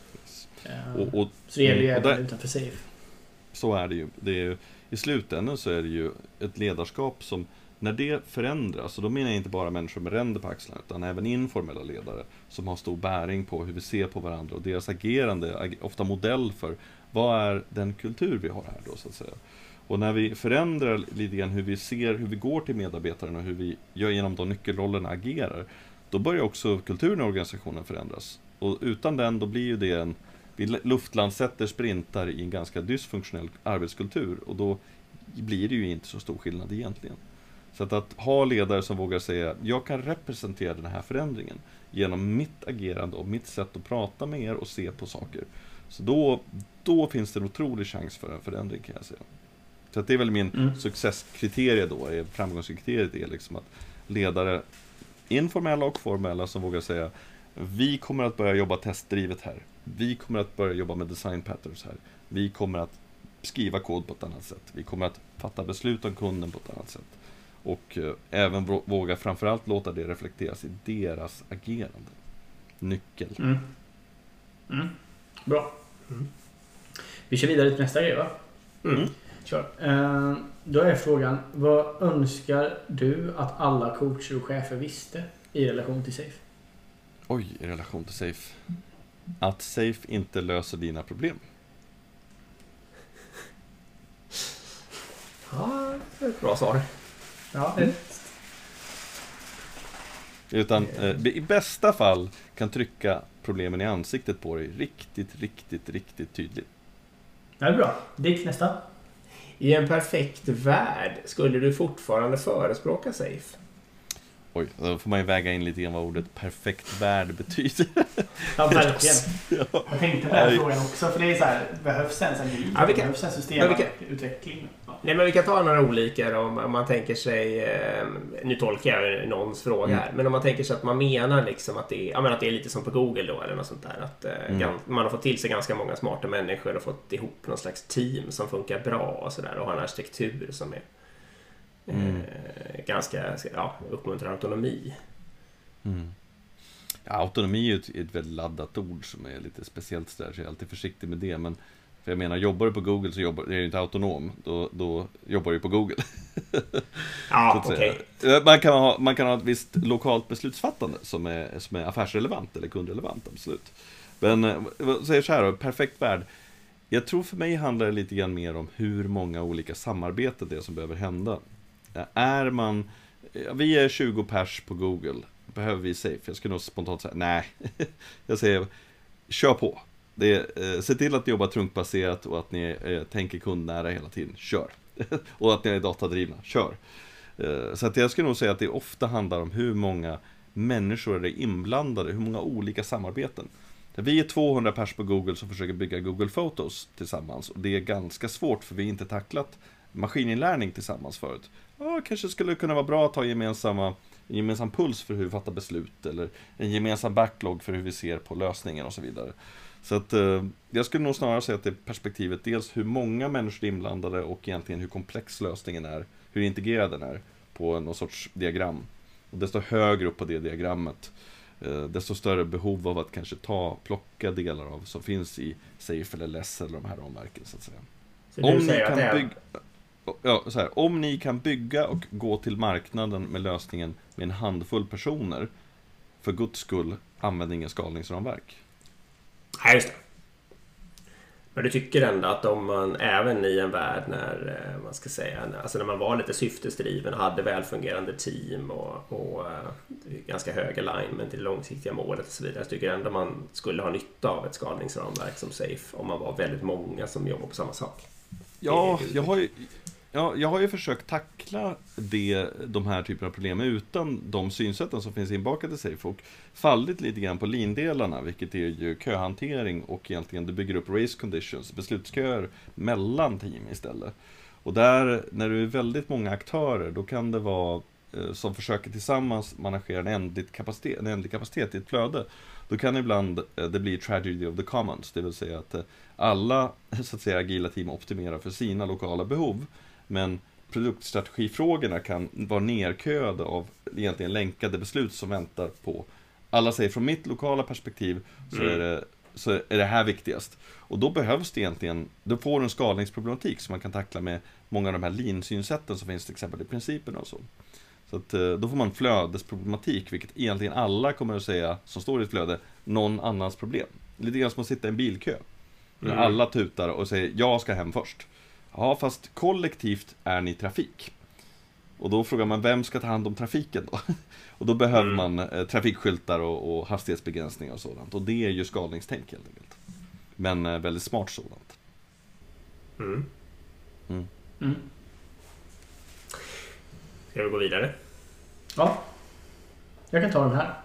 Så det gäller ju även utanför Safe. Så är det ju. Det är ju. I slutändan så är det ju ett ledarskap som, när det förändras, och då menar jag inte bara människor med ränder på axlarna, utan även informella ledare som har stor bäring på hur vi ser på varandra och deras agerande, ofta modell för vad är den kultur vi har här då så att säga. Och när vi förändrar lite grann hur vi ser, hur vi går till medarbetaren och hur vi gör genom de nyckelrollerna agerar, då börjar också kulturen i organisationen förändras. Och utan den, då blir ju det vi luftlandsätter sprintar i en ganska dysfunktionell arbetskultur, och då blir det ju inte så stor skillnad egentligen. Så att ha ledare som vågar säga: jag kan representera den här förändringen genom mitt agerande och mitt sätt att prata med er och se på saker. Så då finns det en otrolig chans för en förändring, kan jag säga. Så att det är väl min successkriterie då, framgångskriteriet är liksom att ledare, informella och formella, som vågar säga: vi kommer att börja jobba testdrivet här. Vi kommer att börja jobba med design patterns här. Vi kommer att skriva kod på ett annat sätt. Vi kommer att fatta beslut om kunden på ett annat sätt. Och även våga framförallt låta det reflekteras i deras agerande. Nyckel. Bra. Vi kör vidare till nästa grej, va? Kör. Då är frågan: vad önskar du att alla coacher och chefer visste i relation till Safe? Oj, i relation till Safe. Att Safe inte löser dina problem. Ja, det är ett bra svar. Ja, Utan i bästa fall kan trycka problemen i ansiktet på dig riktigt tydligt. Det är bra. Dick, nästa. I en perfekt värld skulle du fortfarande förespråka SAFe? Oj, då får man ju väga in lite grann vad ordet perfekt värld betyder. Ja, verkligen. Jag tänkte på den frågan också, för det är så här, behövs ens en bil? Behövs en systemutveckling? Ja. Nej, men vi kan ta några olika om man tänker sig, nu tolkar jag någons fråga här, men om man tänker sig att man menar liksom att det är lite som på Google då, eller något sånt där, att man har fått till sig ganska många smarta människor och fått ihop någon slags team som funkar bra och sådär, och har en arkitektur som är ganska uppmuntrar autonomi. Ja, autonomi är ett väldigt laddat ord som är lite speciellt så där, så jag är alltid försiktig med det, men för jag menar, jobbar du på Google så är du inte autonom, då jobbar du på Google. Ja, okej. Man kan ha ett visst lokalt beslutsfattande som är affärsrelevant eller kundrelevant, absolut. Men vad säger så här då, perfekt värld. Jag tror för mig handlar det lite grann mer om hur många olika samarbeten det är som behöver hända. Vi är 20 pers på Google. Behöver vi SAFe? Jag skulle nog spontant säga nej. Jag säger, kör på. Se till att ni jobbar trunkbaserat och att ni tänker kundnära hela tiden. Kör. Och att ni är datadrivna. Kör. Så att jag skulle nog säga att det ofta handlar om hur många människor är inblandade, hur många olika samarbeten. Vi är 200 pers på Google som försöker bygga Google Photos tillsammans, och det är ganska svårt för vi har inte tacklat maskininlärning tillsammans förut. Kanske skulle kunna vara bra att ha gemensam puls för hur vi fattar beslut, eller en gemensam backlog för hur vi ser på lösningen och så vidare. Så att jag skulle nog snarare säga att det är perspektivet dels hur många människor är inblandade och egentligen hur komplex lösningen är, hur integrerad den är på någon sorts diagram. Och desto högre upp på det diagrammet, desto större behov av att kanske plocka delar av som finns i SAFe eller LESS eller de här ramverken, så att säga. Om ni kan bygga och gå till marknaden med lösningen med en handfull personer, för Guds skull, använd ingen skalningsramverk. Nej, just det. Men du tycker ändå att om man även i en värld när man ska säga, alltså när man var lite syftesdriven och hade välfungerande team och ganska hög alignment till det långsiktiga målet och så vidare, så tycker jag ändå man skulle ha nytta av ett skalningsramverk som SAFe om man var väldigt många som jobbar på samma sak. Ja, jag har ju försökt tackla de här typerna av problem utan de synsätten som finns inbakade i SAFe, och fallit lite grann på lindelarna, vilket är ju köhantering och egentligen du bygger upp race conditions, beslutsköer mellan team istället. Och där, när du är väldigt många aktörer, då kan det vara som försöker tillsammans managera en ändlig kapacitet i ett flöde. Då kan ibland det bli tragedy of the commons, det vill säga att alla, så att säga, agila team optimerar för sina lokala behov, men produktstrategifrågorna kan vara nerköade av egentligen länkade beslut som väntar på. Alla säger från mitt lokala perspektiv så är det här viktigast. Och då behövs det egentligen, då får du en skalningsproblematik som man kan tackla med många av de här lean-synsätten som finns till exempel i principerna och så. Så att då får man flödesproblematik, vilket egentligen alla kommer att säga som står i ett flöde, någon annans problem. Lite grann som att sitta i en bilkö. Alla tutar och säger, jag ska hem först. Ja, fast kollektivt är ni trafik. Och då frågar man, vem ska ta hand om trafiken då? Och då behöver man trafikskyltar och hastighetsbegränsningar och sådant. Och det är ju skalningstänk helt enkelt. Men väldigt smart sådant. Ska vi gå vidare? Ja. Jag kan ta den här.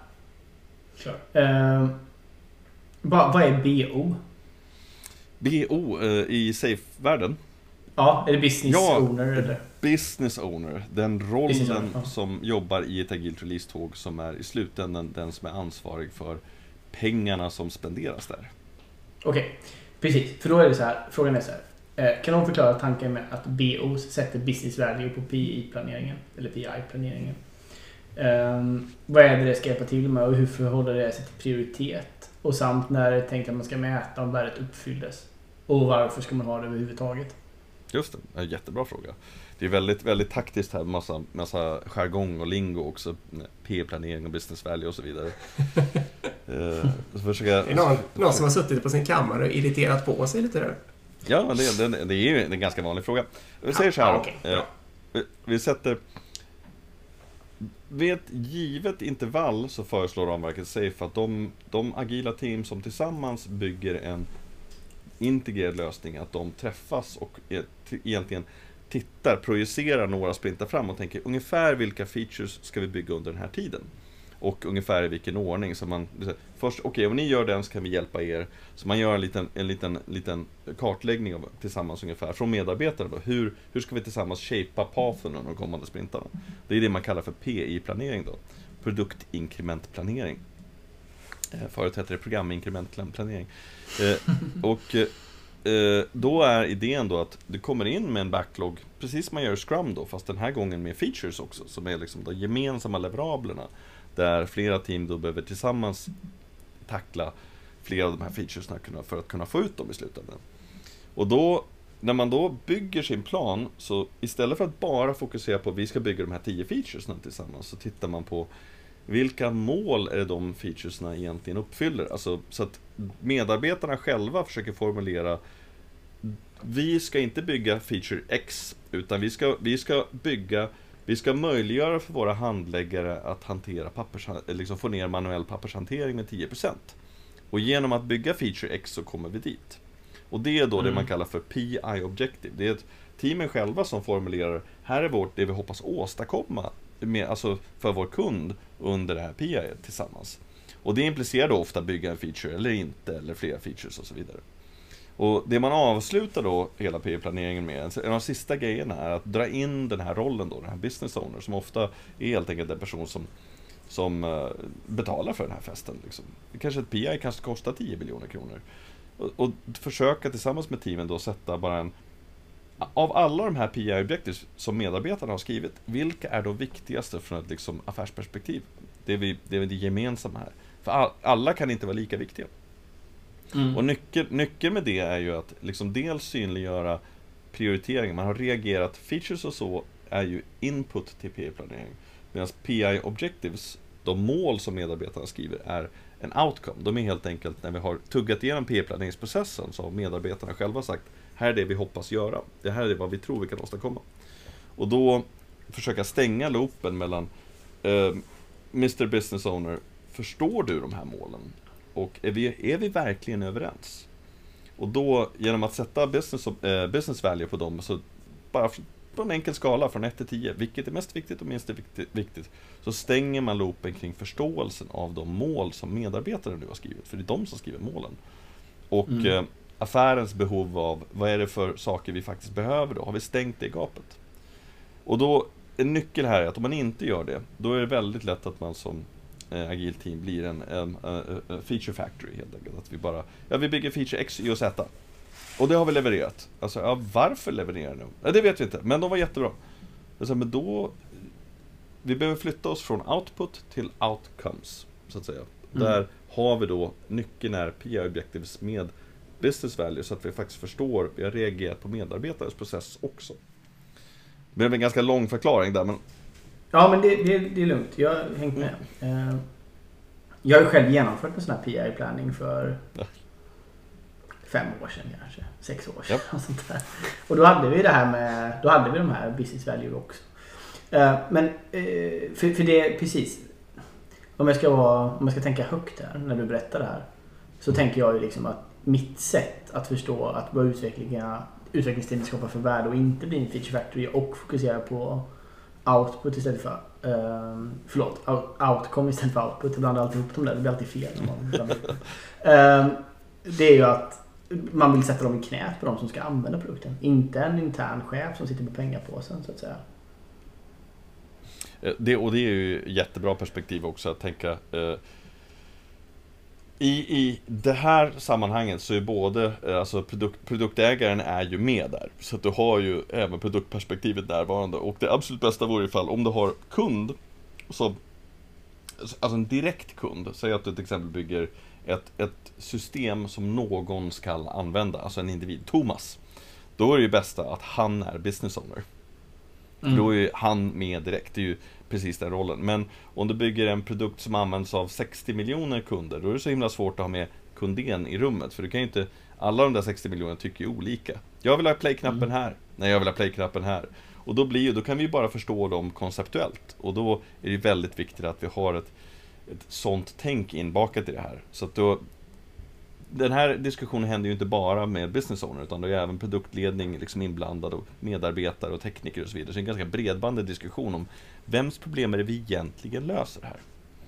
Kör. Vad är BO? BO i SAFe-världen? Ja, är det business owner eller? Business owner, den rollen som jobbar i ett agilt release-tåg, som är i slutändan den som är ansvarig för pengarna som spenderas där. Okej, precis. För då är det så här, frågan är så här. Kan någon förklara tanken med att BO sätter business value på PI-planeringen eller PI-planeringen? Vad är det ska hjälpa till med och hur förhåller det sig till prioritet? Och samt när det är tänkt att man ska mäta om värdet uppfylldes. Och varför ska man ha det överhuvudtaget? Just det, en jättebra fråga. Det är väldigt, väldigt taktiskt här, massa jargong och lingo också, P-planering och business value och så vidare. Det är någon som har suttit på sin kammare och irriterat på sig lite där. Ja, det är ju en ganska vanlig fråga. Vi säger så här, vi sätter vid ett givet intervall så föreslår ramverket SAFe att de agila team som tillsammans bygger en integrerad lösning, att de träffas och egentligen projicerar några sprintar fram och tänker ungefär vilka features ska vi bygga under den här tiden. Och ungefär i vilken ordning. Så man först, okej, om ni gör den så kan vi hjälpa er. Så man gör en liten kartläggning av, tillsammans ungefär från medarbetare. Hur ska vi tillsammans shapea pathen under de kommande sprintarna? Det är det man kallar för PI-planering då. Produktinkrementplanering. Förut hette det programinkrementplanering. Då är idén då att du kommer in med en backlog, precis som man gör i Scrum då, fast den här gången med features också, som är liksom de gemensamma leverablerna, där flera team då behöver tillsammans tackla flera av de här featuresna för att kunna få ut dem i slutändan. Och då, när man då bygger sin plan, så istället för att bara fokusera på att vi ska bygga de här 10 featuresna tillsammans, så tittar man på vilka mål är det de featuresna egentligen uppfyller. Alltså, så att medarbetarna själva försöker formulera, vi ska inte bygga feature X, utan vi ska möjliggöra för våra handläggare att hantera liksom få ner manuell pappershantering med 10%. Och genom att bygga feature X så kommer vi dit. Och det är då det man kallar för PI Objective. Det är ett teamen själva som formulerar, här är det vi hoppas åstadkomma alltså för vår kund under det här PI tillsammans. Och det implicerar då ofta bygga en feature eller inte, eller flera features och så vidare. Och det man avslutar då hela PI-planeringen med, en av de sista grejerna, är att dra in den här rollen då, den här business owner, som ofta är helt enkelt en person som betalar för den här festen. Liksom. Kanske ett PI kanske kostar 10 miljoner kronor. Och försöka tillsammans med teamen då sätta bara av alla de här PI-objectives som medarbetarna har skrivit, vilka är de viktigaste från ett liksom affärsperspektiv? Det är det gemensamma här. För alla kan inte vara lika viktiga. Och nyckeln med det är ju att liksom dels synliggöra prioritering. Man har reagerat, features och så är ju input till PI-planering. Medan PI-objectives, de mål som medarbetarna skriver, är en outcome. De är helt enkelt, när vi har tuggat igenom PI-planeringsprocessen, så har medarbetarna själva sagt, här är det vi hoppas göra. Det här är vad vi tror vi kan åstadkomma. Och då försöka stänga loopen mellan Mr. Business Owner, förstår du de här målen? Och är vi verkligen överens? Och då, genom att sätta business value på dem, så bara på en enkel skala från 1 till 10, vilket är mest viktigt och minst viktigt, så stänger man loopen kring förståelsen av de mål som medarbetare nu har skrivit. För det är de som skriver målen. Och affärens behov av, vad är det för saker vi faktiskt behöver då? Har vi stängt det gapet? Och då, en nyckel här är att om man inte gör det, då är det väldigt lätt att man som agil team blir en feature factory helt enkelt. Att vi bygger feature X, Y och Z. Och det har vi levererat. Alltså, varför levererar de? Ja, det vet vi inte, men de var jättebra. Alltså, men då, vi behöver flytta oss från output till outcomes, så att säga. Där har vi då, nyckeln är PI Objectives med business value, så att vi faktiskt förstår, vi har reagerat på medarbetares process också. Det blev en ganska lång förklaring där, men... Ja, men det är lugnt. Jag har hängt med. Jag har ju själv genomfört en sån här PI-planning för 5 år sedan kanske. 6 år sedan. Och sånt där. Och då hade vi det här med, då hade vi de här business value också. Men för det, precis. Om jag ska tänka högt här när du berättar det här, så tänker jag ju liksom att mitt sätt att förstå att vad utvecklingsteamet skapar för värde och inte bli en feature factory och fokusera på output istället för outcome istället för output. Ibland är alltid ihop dem där, det blir alltid fel. Det är ju att man vill sätta dem i knät på de som ska använda produkten, inte en intern chef som sitter på pengapåsen, så att säga. Det är ju jättebra perspektiv också att tänka. I det här sammanhanget så är både, alltså produktägaren är ju med där, så att du har ju även produktperspektivet närvarande. Och det absolut bästa vore ifall om du har kund som, alltså en direkt kund, säg att du till exempel bygger ett system som någon ska använda, alltså en individ, Thomas, då är det ju bästa att han är business owner. Då är ju han med direkt, det är ju precis den rollen. Men om du bygger en produkt som används av 60 miljoner kunder, då är det så himla svårt att ha med kunden i rummet. För du kan ju inte, alla de där 60 miljonerna tycker ju olika. Jag vill ha play-knappen här. Nej, jag vill ha play-knappen här. Och då kan vi ju bara förstå dem konceptuellt. Och då är det väldigt viktigt att vi har ett sånt tänk inbakat i det här. Så att då, den här diskussionen händer ju inte bara med business owner, utan det är även produktledning liksom inblandad och medarbetare och tekniker och så vidare. Så det är en ganska bredbandig diskussion om vems problem är det vi egentligen löser här.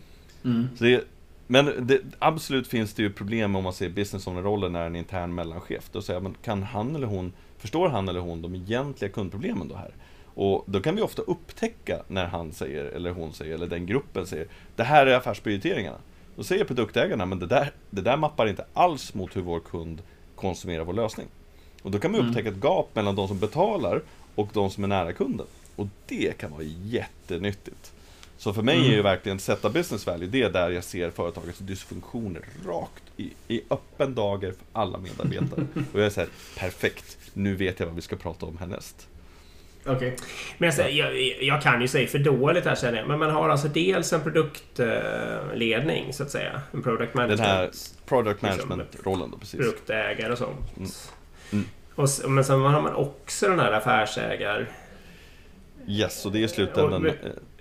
Så absolut finns det ju problem om man ser business owner-rollen när en intern mellanchef. Då säger man, förstår han eller hon de egentliga kundproblemen då här? Och då kan vi ofta upptäcka när han säger, eller hon säger, eller den gruppen säger, det här är affärsprioriteringarna. Då säger produktägarna, men det där mappar inte alls mot hur vår kund konsumerar vår lösning. Och då kan man upptäcka ett gap mellan de som betalar och de som är nära kunden. Och det kan vara jättenyttigt. Så för mig är ju verkligen sätta business value, det är där jag ser företagets dysfunktioner rakt i öppen dager för alla medarbetare. Och jag är så här, perfekt, nu vet jag vad vi ska prata om härnäst. Okej. Men jag kan ju säga för dåligt här känner jag. Men man har alltså dels en produktledning så att säga. En product management. Den här product management-rollen då, precis. Produktägare och sånt. Men sen har man också den här affärsägare. Yes, och det är i slutändan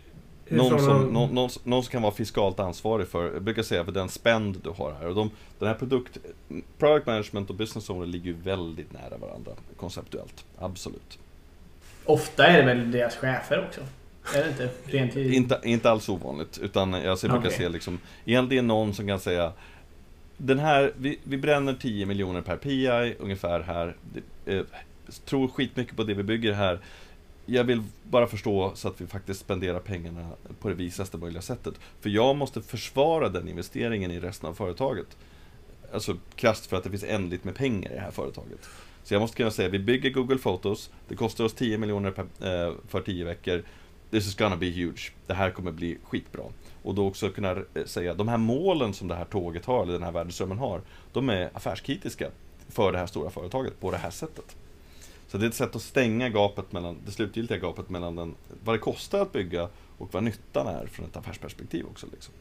någon som kan vara fiskalt ansvarig för, jag brukar säga, för den spend du har här. Och den här product management och business owner ligger ju väldigt nära varandra konceptuellt. Absolut. Ofta är det väl deras chefer också? Är det inte? Inte alls ovanligt, utan jag brukar se liksom, egentligen någon som kan säga, den här, vi bränner 10 miljoner per PI ungefär här, tror skitmycket på det vi bygger här. Jag vill bara förstå så att vi faktiskt spenderar pengarna på det visaste möjliga sättet. För jag måste försvara den investeringen i resten av företaget. Alltså krasst för att det finns ändligt med pengar i det här företaget. Så jag måste kunna säga, vi bygger Google Photos, det kostar oss 10 miljoner för 10 veckor. This is gonna be huge. Det här kommer bli skitbra. Och då också kunna säga, de här målen som det här tåget har, eller den här värdeströmmen har, de är affärskritiska för det här stora företaget på det här sättet. Så det är ett sätt att stänga gapet mellan, det slutgiltiga gapet mellan vad det kostar att bygga och vad nyttan är från ett affärsperspektiv också liksom.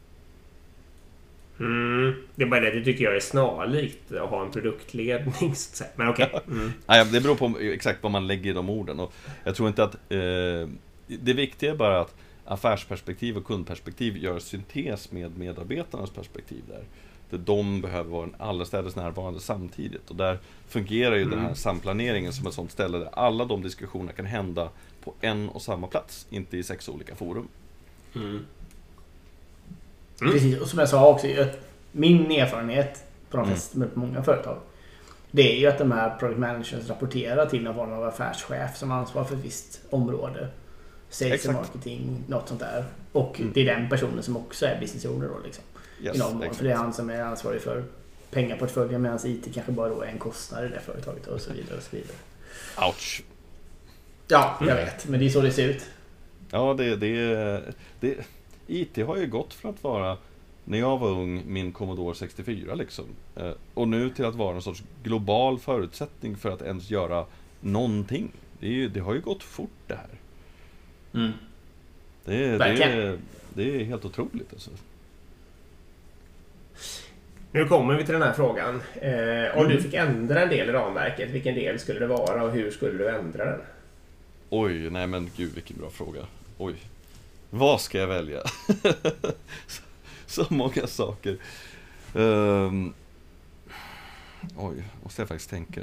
Det är bara det tycker jag är snarlikt att ha en produktledning. Men okej. Ja, det beror på exakt vad man lägger i de orden. Och jag tror inte att det viktiga är bara att affärsperspektiv och kundperspektiv gör syntes med medarbetarnas perspektiv där. De behöver vara allestädes närvarande samtidigt. Och där fungerar ju den här samplaneringen som ett sånt ställe där alla de diskussionerna kan hända på en och samma plats, inte i 6 olika forum. Precis, och som jag sa också, min erfarenhet på de flesta, med många företag, det är ju att de här product managers rapporterar till någon form av affärschef som ansvarar för ett visst område. Sales och marketing, något sånt där. Och det är den personen som också är business owner då liksom. Yes, i någon mån, för det är han som är ansvarig för pengaportföljen, medan IT kanske bara då är en kostnad i det företaget och så vidare och så vidare. Ouch. Ja, jag vet, men det är så det ser ut. Ja, IT har ju gått från att vara, när jag var ung, min Commodore 64 liksom, och nu till att vara en sorts global förutsättning för att ens göra någonting. Det har ju gått fort det här. Det är helt otroligt alltså. Nu kommer vi till den här frågan. Om du fick ändra en del i ramverket, vilken del skulle det vara och hur skulle du ändra den? Oj, nej men gud vilken bra fråga. Oj, vad ska jag välja? så många saker. Oj, måste jag faktiskt tänka.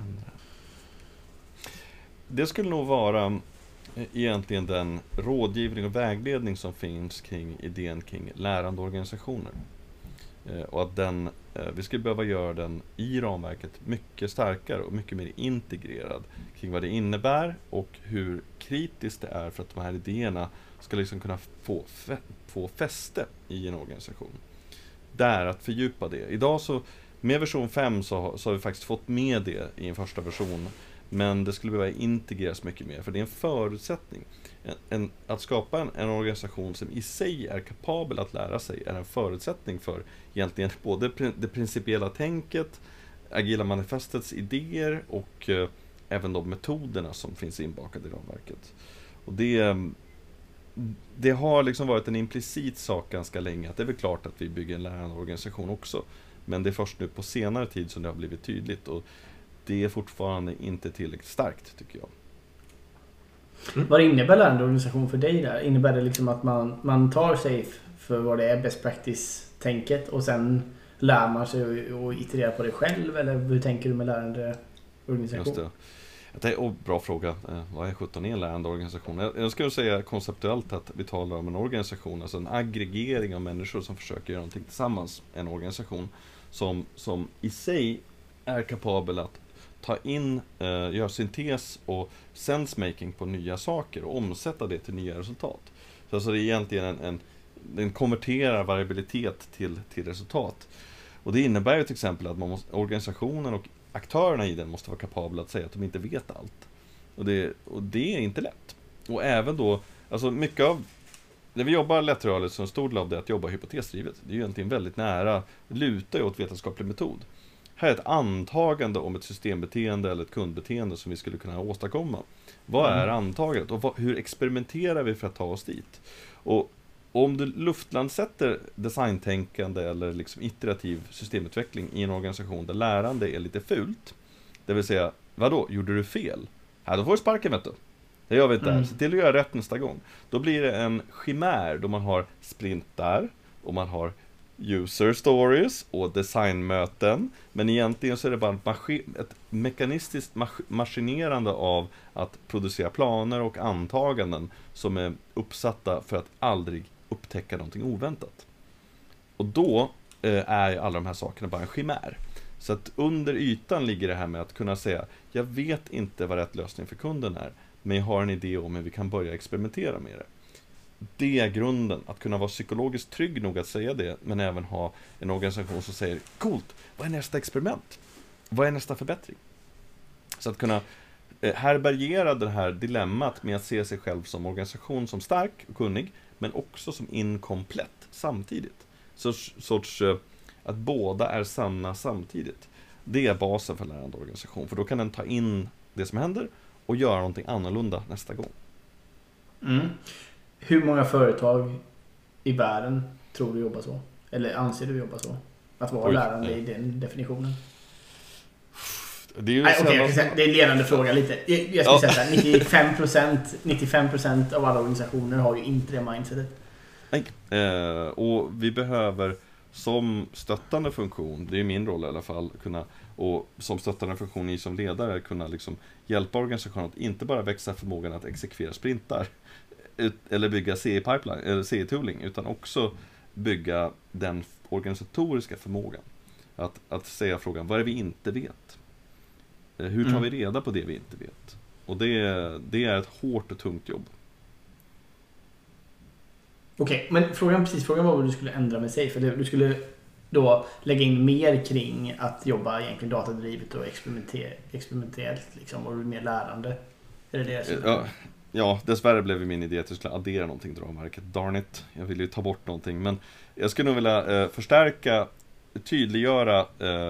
Det skulle nog vara egentligen den rådgivning och vägledning som finns kring idén kring lärande organisationer. Och att vi skulle behöva göra den i ramverket mycket starkare och mycket mer integrerad kring vad det innebär och hur kritiskt det är för att de här idéerna ska liksom kunna få fäste i en organisation. Där att fördjupa det. Idag så, med version 5 så har vi faktiskt fått med det i en första version, men det skulle behöva integreras mycket mer, för det är en förutsättning. Att skapa en organisation som i sig är kapabel att lära sig är en förutsättning för egentligen både det principiella tänket, agila manifestets idéer och även de metoderna som finns inbakade i ramverket. Och det har liksom varit en implicit sak ganska länge att det är väl klart att vi bygger en lärande organisation också, men det är först nu på senare tid som det har blivit tydligt, och det är fortfarande inte tillräckligt starkt tycker jag. Vad innebär lärande organisation för dig där? Innebär det liksom att man tar sig för vad det är best practice-tänket och sen lär man sig att iterera på det själv, eller hur tänker du med lärande organisation? Just det. Det är bra fråga. Vad är 17 en lärande organisation? Jag skulle säga konceptuellt att vi talar om en organisation, alltså en aggregering av människor som försöker göra någonting tillsammans. En organisation som i sig är kapabel att ta in, göra syntes och sensemaking på nya saker och omsätta det till nya resultat. Så alltså det är egentligen den konverterar variabilitet till resultat. Och det innebär ju till exempel att organisationen och aktörerna i den måste vara kapabla att säga att de inte vet allt. Och det är inte lätt. Och även då, alltså mycket av när vi jobbar lättrörligt så en stor del av det att jobba hypotesdrivet. Det är ju egentligen väldigt nära, lutar ju åt vetenskaplig metod. Här är ett antagande om ett systembeteende eller ett kundbeteende som vi skulle kunna åstadkomma. Vad är antagandet och hur experimenterar vi för att ta oss dit? Och om du luftlandsätter designtänkande eller liksom iterativ systemutveckling i en organisation där lärande är lite fult, det vill säga, vadå, gjorde du fel? Här, då får du sparken, vet du. Det gör vi inte där. Se till att göra rätt nästa gång. Då blir det en chimär då man har sprintar och man har user stories och designmöten. Men egentligen så är det bara ett mekanistiskt maskinerande av att producera planer och antaganden som är uppsatta för att aldrig upptäcka någonting oväntat. Och då är alla de här sakerna bara en chimär. Så att under ytan ligger det här med att kunna säga, jag vet inte vad rätt lösning för kunden är, men jag har en idé om hur vi kan börja experimentera med det. Det är grunden, att kunna vara psykologiskt trygg nog att säga det, men även ha en organisation som säger, coolt, vad är nästa experiment? Vad är nästa förbättring? Så att kunna härbärgera det här dilemmat med att se sig själv som organisation som stark och kunnig, men också som inkomplett samtidigt. Sorts att båda är sanna samtidigt. Det är basen för lärande organisation, för då kan den ta in det som händer och göra någonting annorlunda nästa gång. Hur många företag i världen tror du jobbar så? Eller anser du jobbar så? Att vara lärande i den definitionen? Det är ju det är en ledande fråga lite. Jag skulle säga att 95% av alla organisationer har ju inte det mindsetet. Och vi behöver som stöttande funktion, det är min roll i alla fall, och som stöttande funktion i som ledare kunna liksom hjälpa organisationen att inte bara växa förmågan att exekvera sprintar eller bygga CE-pipeline eller CE-tooling, utan också bygga den organisatoriska förmågan att säga frågan, vad är det vi inte vet? Hur tar vi reda på det vi inte vet? Och det är ett hårt och tungt jobb. Okej, men frågan var vad du skulle ändra med sig. För du skulle då lägga in mer kring att jobba egentligen datadrivet och experimentellt liksom, och mer lärande. Är det som... Ja, dessvärre blev min idé att jag skulle addera någonting till ramverket. Darn it, jag ville ju ta bort någonting. Men jag skulle nog vilja förstärka, tydliggöra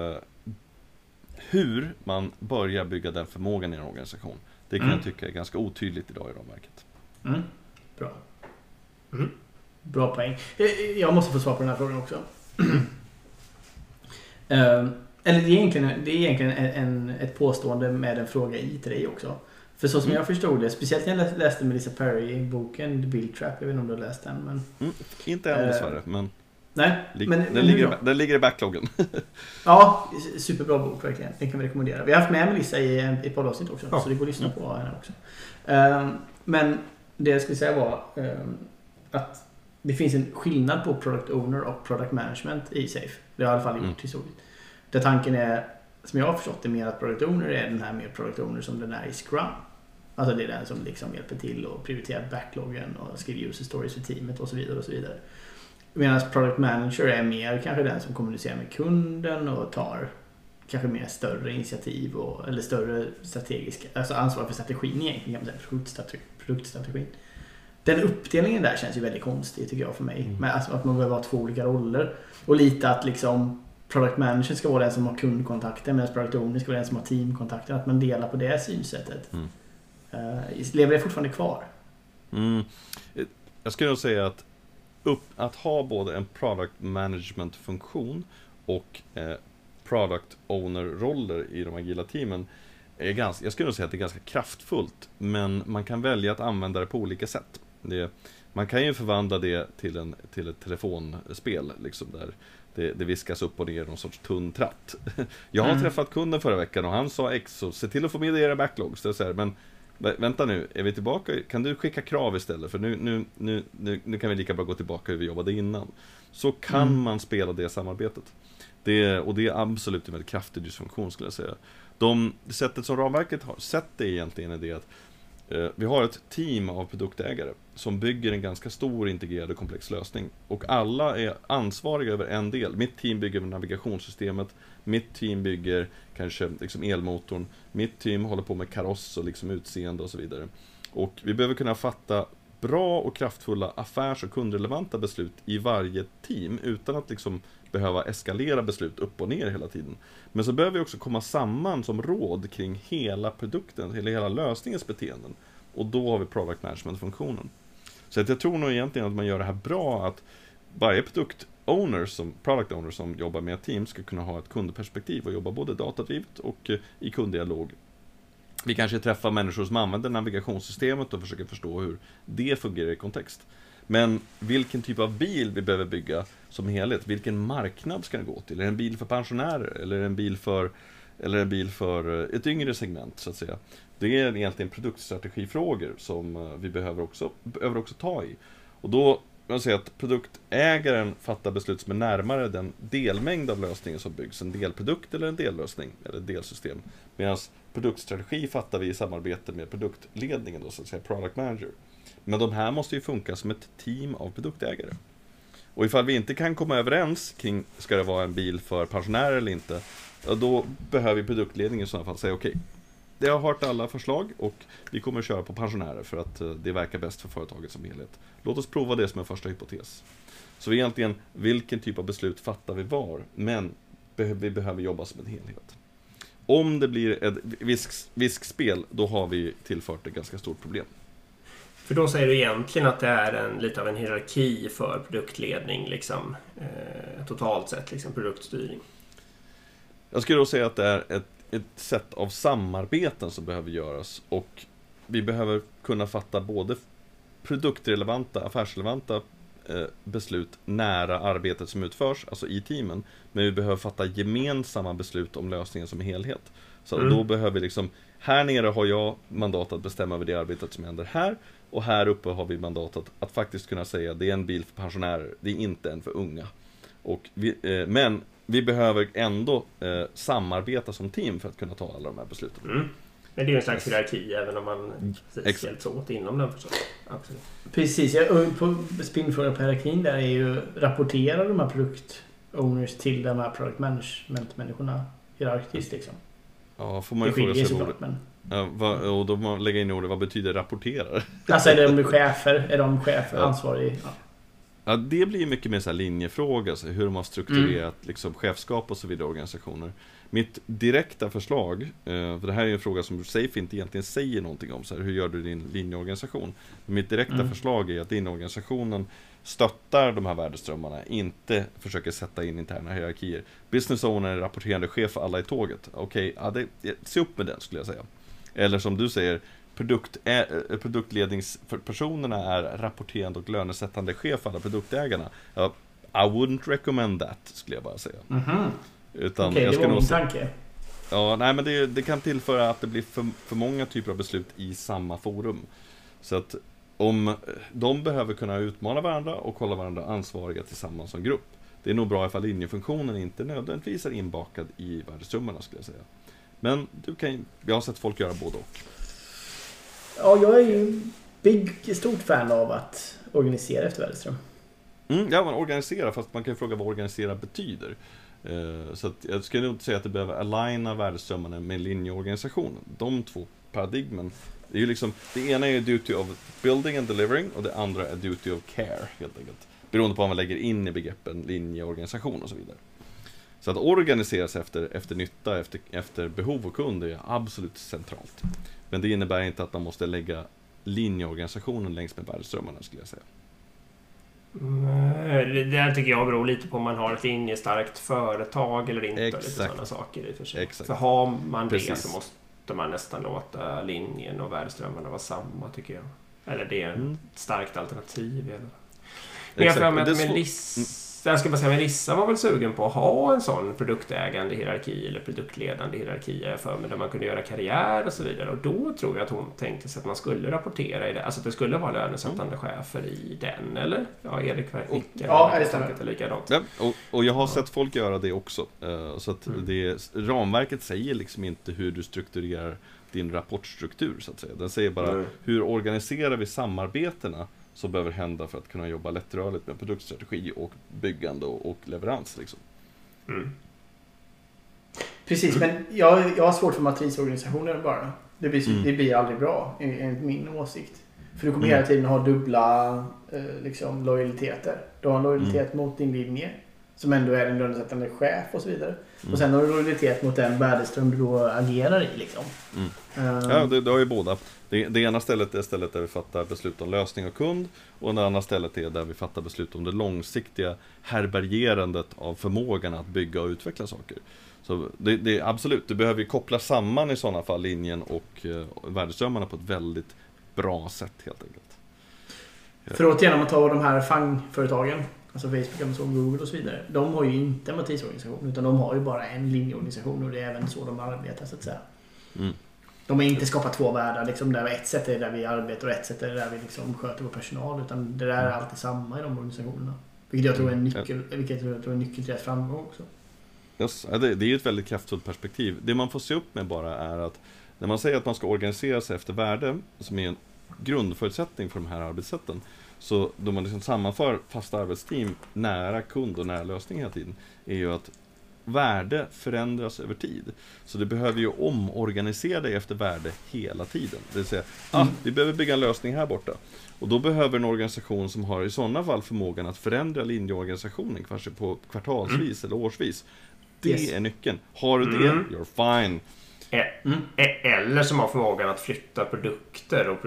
hur man börjar bygga den förmågan i en organisation. Det kan jag tycka är ganska otydligt idag i ramverket. Bra. Bra poäng. Jag måste få svar på den här frågan också. Eller det är egentligen ett påstående med en fråga i till dig också. För så som jag förstod det, speciellt när jag läste Melissa Perry-boken The Build Trap, jag vet inte om du har läst den. Men, inte än dessvärre, men... Nej, den ligger i backloggen. Ja, superbra bok verkligen. Den kan vi rekommendera. Vi har haft med Melissa i ett par avsnitt också, så det går att lyssna på henne också. Men det jag skulle säga var att det finns en skillnad på product owner och product management i SAFe. Det har i alla fall gjort historiskt. Där tanken är, som jag har förstått det, mer att product owner är den här mer product owner som den är i Scrum. Alltså det är den som liksom hjälper till och prioriterar backloggen och skriver user stories för teamet och så vidare och så vidare. Medan product manager är mer kanske den som kommunicerar med kunden och tar kanske mer större initiativ eller större strategiska, alltså ansvar för strategin egentligen, kan man säga, produktstrategin. Den uppdelningen där känns ju väldigt konstig tycker jag för mig. Med alltså att man behöver ha två olika roller och lite att liksom product manager ska vara den som har kundkontakten medan product owner ska vara den som har teamkontakten, att man delar på det synsättet. Lever det fortfarande kvar? Jag skulle nog säga att ha både en product management funktion och product owner roller i de agila teamen är jag skulle nog säga att det är ganska kraftfullt, men man kan välja att använda det på olika sätt. Man kan ju förvandla det till ett telefonspel liksom, där det viskas upp och ner någon sorts tunn tratt. Jag har träffat kunden förra veckan och han sa så se till att få med det i era backlogs. Det är så här, men vänta nu, är vi tillbaka? Kan du skicka krav istället? För nu kan vi lika bra gå tillbaka hur vi jobbade innan. Så kan man spela det samarbetet. Och det är absolut en väldigt kraftig dysfunktion, skulle jag säga. Sättet som ramverket har sett det egentligen är det att vi har ett team av produktägare som bygger en ganska stor integrerad och komplex lösning. Och alla är ansvariga över en del. Mitt team bygger navigationssystemet. Mitt team bygger kanske liksom elmotorn. Mitt team håller på med kaross och liksom utseende och så vidare. Och vi behöver kunna fatta bra och kraftfulla affärs- och kundrelevanta beslut i varje team utan att liksom behöva eskalera beslut upp och ner hela tiden. Men så behöver vi också komma samman som råd kring hela produkten, eller hela lösningens beteenden. Och då har vi product management-funktionen. Så att jag tror nog egentligen att man gör det här bra, att varje product owner som jobbar med ett team ska kunna ha ett kundperspektiv och jobba både datadrivet och i kunddialog. Vi kanske träffar människor som använder navigationssystemet och försöker förstå hur det fungerar i kontext. Men vilken typ av bil vi behöver bygga som helhet, vilken marknad ska den gå till? Är det en bil för pensionärer eller en bil för ett yngre segment, så att säga? Det är egentligen produktstrategifrågor som vi behöver också ta i. Och då man säger att produktägaren fattar beslut som är närmare den delmängd av lösningen som byggs, en delprodukt eller en dellösning eller ett delsystem. Medan produktstrategi fattar vi i samarbete med produktledningen då, så att säga product manager. Men de här måste ju funka som ett team av produktägare. Och ifall vi inte kan komma överens kring ska det vara en bil för pensionärer eller inte, då behöver produktledningen i sådana fall säga okej, det har hört alla förslag och vi kommer att köra på pensionärer för att det verkar bäst för företaget som helhet. Låt oss prova det som en första hypotes. Så egentligen, vilken typ av beslut fattar vi var, men vi behöver jobba som en helhet. Om det blir ett viskspel, då har vi tillfört ett ganska stort problem. För då säger du egentligen att det är lite av en hierarki för produktledning, liksom, totalt sett, liksom produktstyrning. Jag skulle då säga att det är ett sätt av samarbeten som behöver göras, och vi behöver kunna fatta både produktrelevanta, affärsrelevanta beslut nära arbetet som utförs, alltså i teamen, men vi behöver fatta gemensamma beslut om lösningen som helhet. Så då behöver vi liksom, här nere har jag mandat att bestämma över det arbetet som händer här, och här uppe har vi mandat att faktiskt kunna säga det är en bil för pensionärer, det är inte en för unga. Och men vi behöver ändå samarbeta som team för att kunna ta alla de här besluten. Men det är ju en slags hierarki även om man hjälps åt inom den förstås. Absolut. Precis, på spinnfrågan på hierarkin där är ju rapportera de här produkt-owners till de här product management-människorna hierarkiskt liksom. Ja, får man ju fråga sig såklart, men... och då man lägger in ordet, vad betyder rapporterar? Alltså är de chefer, ansvarig? Ja. Ja, det blir mycket mer så här linjefråga, alltså hur de har strukturerat liksom, chefskap och så vidare organisationer. Mitt direkta förslag, för det här är en fråga som Safe inte egentligen säger någonting om, så här, hur gör du din linjeorganisation? Mitt direkta förslag är att linjeorganisationen stöttar de här värdeströmmarna, inte försöker sätta in interna hierarkier. Business owner är rapporterande chef för alla i tåget. Okej, se upp med den, skulle jag säga. Eller som du säger, produktledningspersonerna är rapporterande och lönesättande chef för alla produktägarna. I wouldn't recommend that, skulle jag bara säga. Utan okej, det var min tanke. Ja, nej, men det kan tillföra att det blir för många typer av beslut i samma forum. Så att om de behöver kunna utmana varandra och hålla varandra ansvariga tillsammans som grupp. Det är nog bra ifall linjefunktionen inte nödvändigtvis är inbakad i värdeströmmarna, skulle jag säga. Men jag har sett folk göra både och. Ja, jag är ju stort fan av att organisera efter värdeström. Ja, man organiserar, fast man kan ju fråga vad organisera betyder. Så att jag skulle nog säga att det behöver aligna värdeströmmarna med linjeorganisationen. De två paradigmen. Det är ju liksom, det ena är duty of building and delivering och det andra är duty of care, helt enkelt. Beroende på vad man lägger in i begreppen linjeorganisation och så vidare. Så att organisera sig efter nytta, efter behov och kund är absolut centralt. Men det innebär inte att man måste lägga linjeorganisationen längs med värdeströmmarna, skulle jag säga. Det där tycker jag beror lite på om man har ett linjestarkt företag eller inte. Exakt. Lite sådana saker i och för sig. Exakt. För har man Precis. det så måste man nästan låta linjen och värdeströmmarna vara samma, tycker jag. Eller det är ett starkt alternativ. Men jag får med Melissa var väl sugen på att ha en sån produktägande hierarki eller produktledande hierarki för mig, där man kunde göra karriär och så vidare. Och då tror jag att hon tänkte sig att man skulle rapportera i det. Alltså att det skulle vara lönesättande chefer i den, eller? Ja, Erik Ja, det stämmer. Likadant. Ja, och jag har sett folk göra det också. Så att ramverket säger liksom inte hur du strukturerar din rapportstruktur, så att säga. Den säger bara hur organiserar vi samarbetena som behöver hända för att kunna jobba lättrörligt med produktstrategi och byggande och leverans liksom. Precis, men jag har svårt för matrisorganisationer bara. Det blir aldrig bra enligt min åsikt. För du kommer hela tiden ha dubbla liksom, lojaliteter. Du har en lojalitet mot din linje som ändå är en lönesättande chef och så vidare. Och sen har du lojalitet mot den värdeström du då agerar i liksom. Ja, det har ju båda. Det ena stället är stället där vi fattar beslut om lösning och kund, och det andra stället är där vi fattar beslut om det långsiktiga härbärgerandet av förmågan att bygga och utveckla saker. Så det är absolut, du behöver ju koppla samman i sådana fall linjen och värdeströmmarna på ett väldigt bra sätt helt enkelt. För att genom att ta de här FANG-företagen, alltså Facebook, Amazon, Google och så vidare, de har ju inte en matrisorganisation, utan de har ju bara en linjeorganisation, och det är även så de arbetar så att säga. De har inte skapat två världar, liksom, där ett sätt är där vi arbetar och ett sätt är där vi liksom sköter vår personal, utan det där är alltid samma i de organisationerna. Vilket jag tror är en nyckel till deras framgång också. Yes, det är ju ett väldigt kraftfullt perspektiv. Det man får se upp med bara är att när man säger att man ska organisera sig efter värde, som är en grundförutsättning för de här arbetssätten, så då man liksom sammanför fasta arbetsteam nära kund och nära lösning hela tiden, är ju att värde förändras över tid. Så det behöver ju omorganisera dig efter värde hela tiden. Det vill säga, vi behöver bygga en lösning här borta. Och då behöver en organisation som har i sådana fall förmågan att förändra linjeorganisationen kanske på kvartalsvis eller årsvis. Det är nyckeln. Har du det, you're fine. Eller som har förmågan att flytta produkter och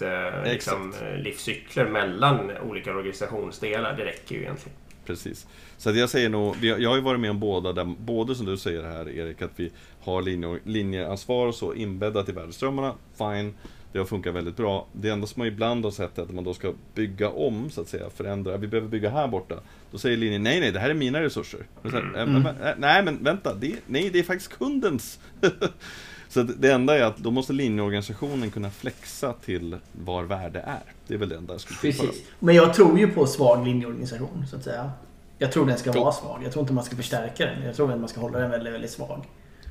livscykler mellan olika organisationsdelar. Det räcker ju egentligen. Precis. Så att jag säger nog, jag har ju varit med om både som du säger här Erik, att vi har linjeansvar och så inbäddat i värdeströmmarna, fine, det har funkat väldigt bra. Det enda som man ibland har sett är att man då ska bygga om, så att säga, förändra, vi behöver bygga här borta. Då säger linjen, nej, det här är mina resurser. Nej, men vänta, det är faktiskt kundens. Så det enda är att då måste linjeorganisationen kunna flexa till var värde är. Det är väl det enda jag skulle tillföra. Precis. Men jag tror ju på svag linjeorganisation, så att säga. Jag tror den ska vara svag. Jag tror inte man ska förstärka den. Jag tror att man ska hålla den väldigt, väldigt svag.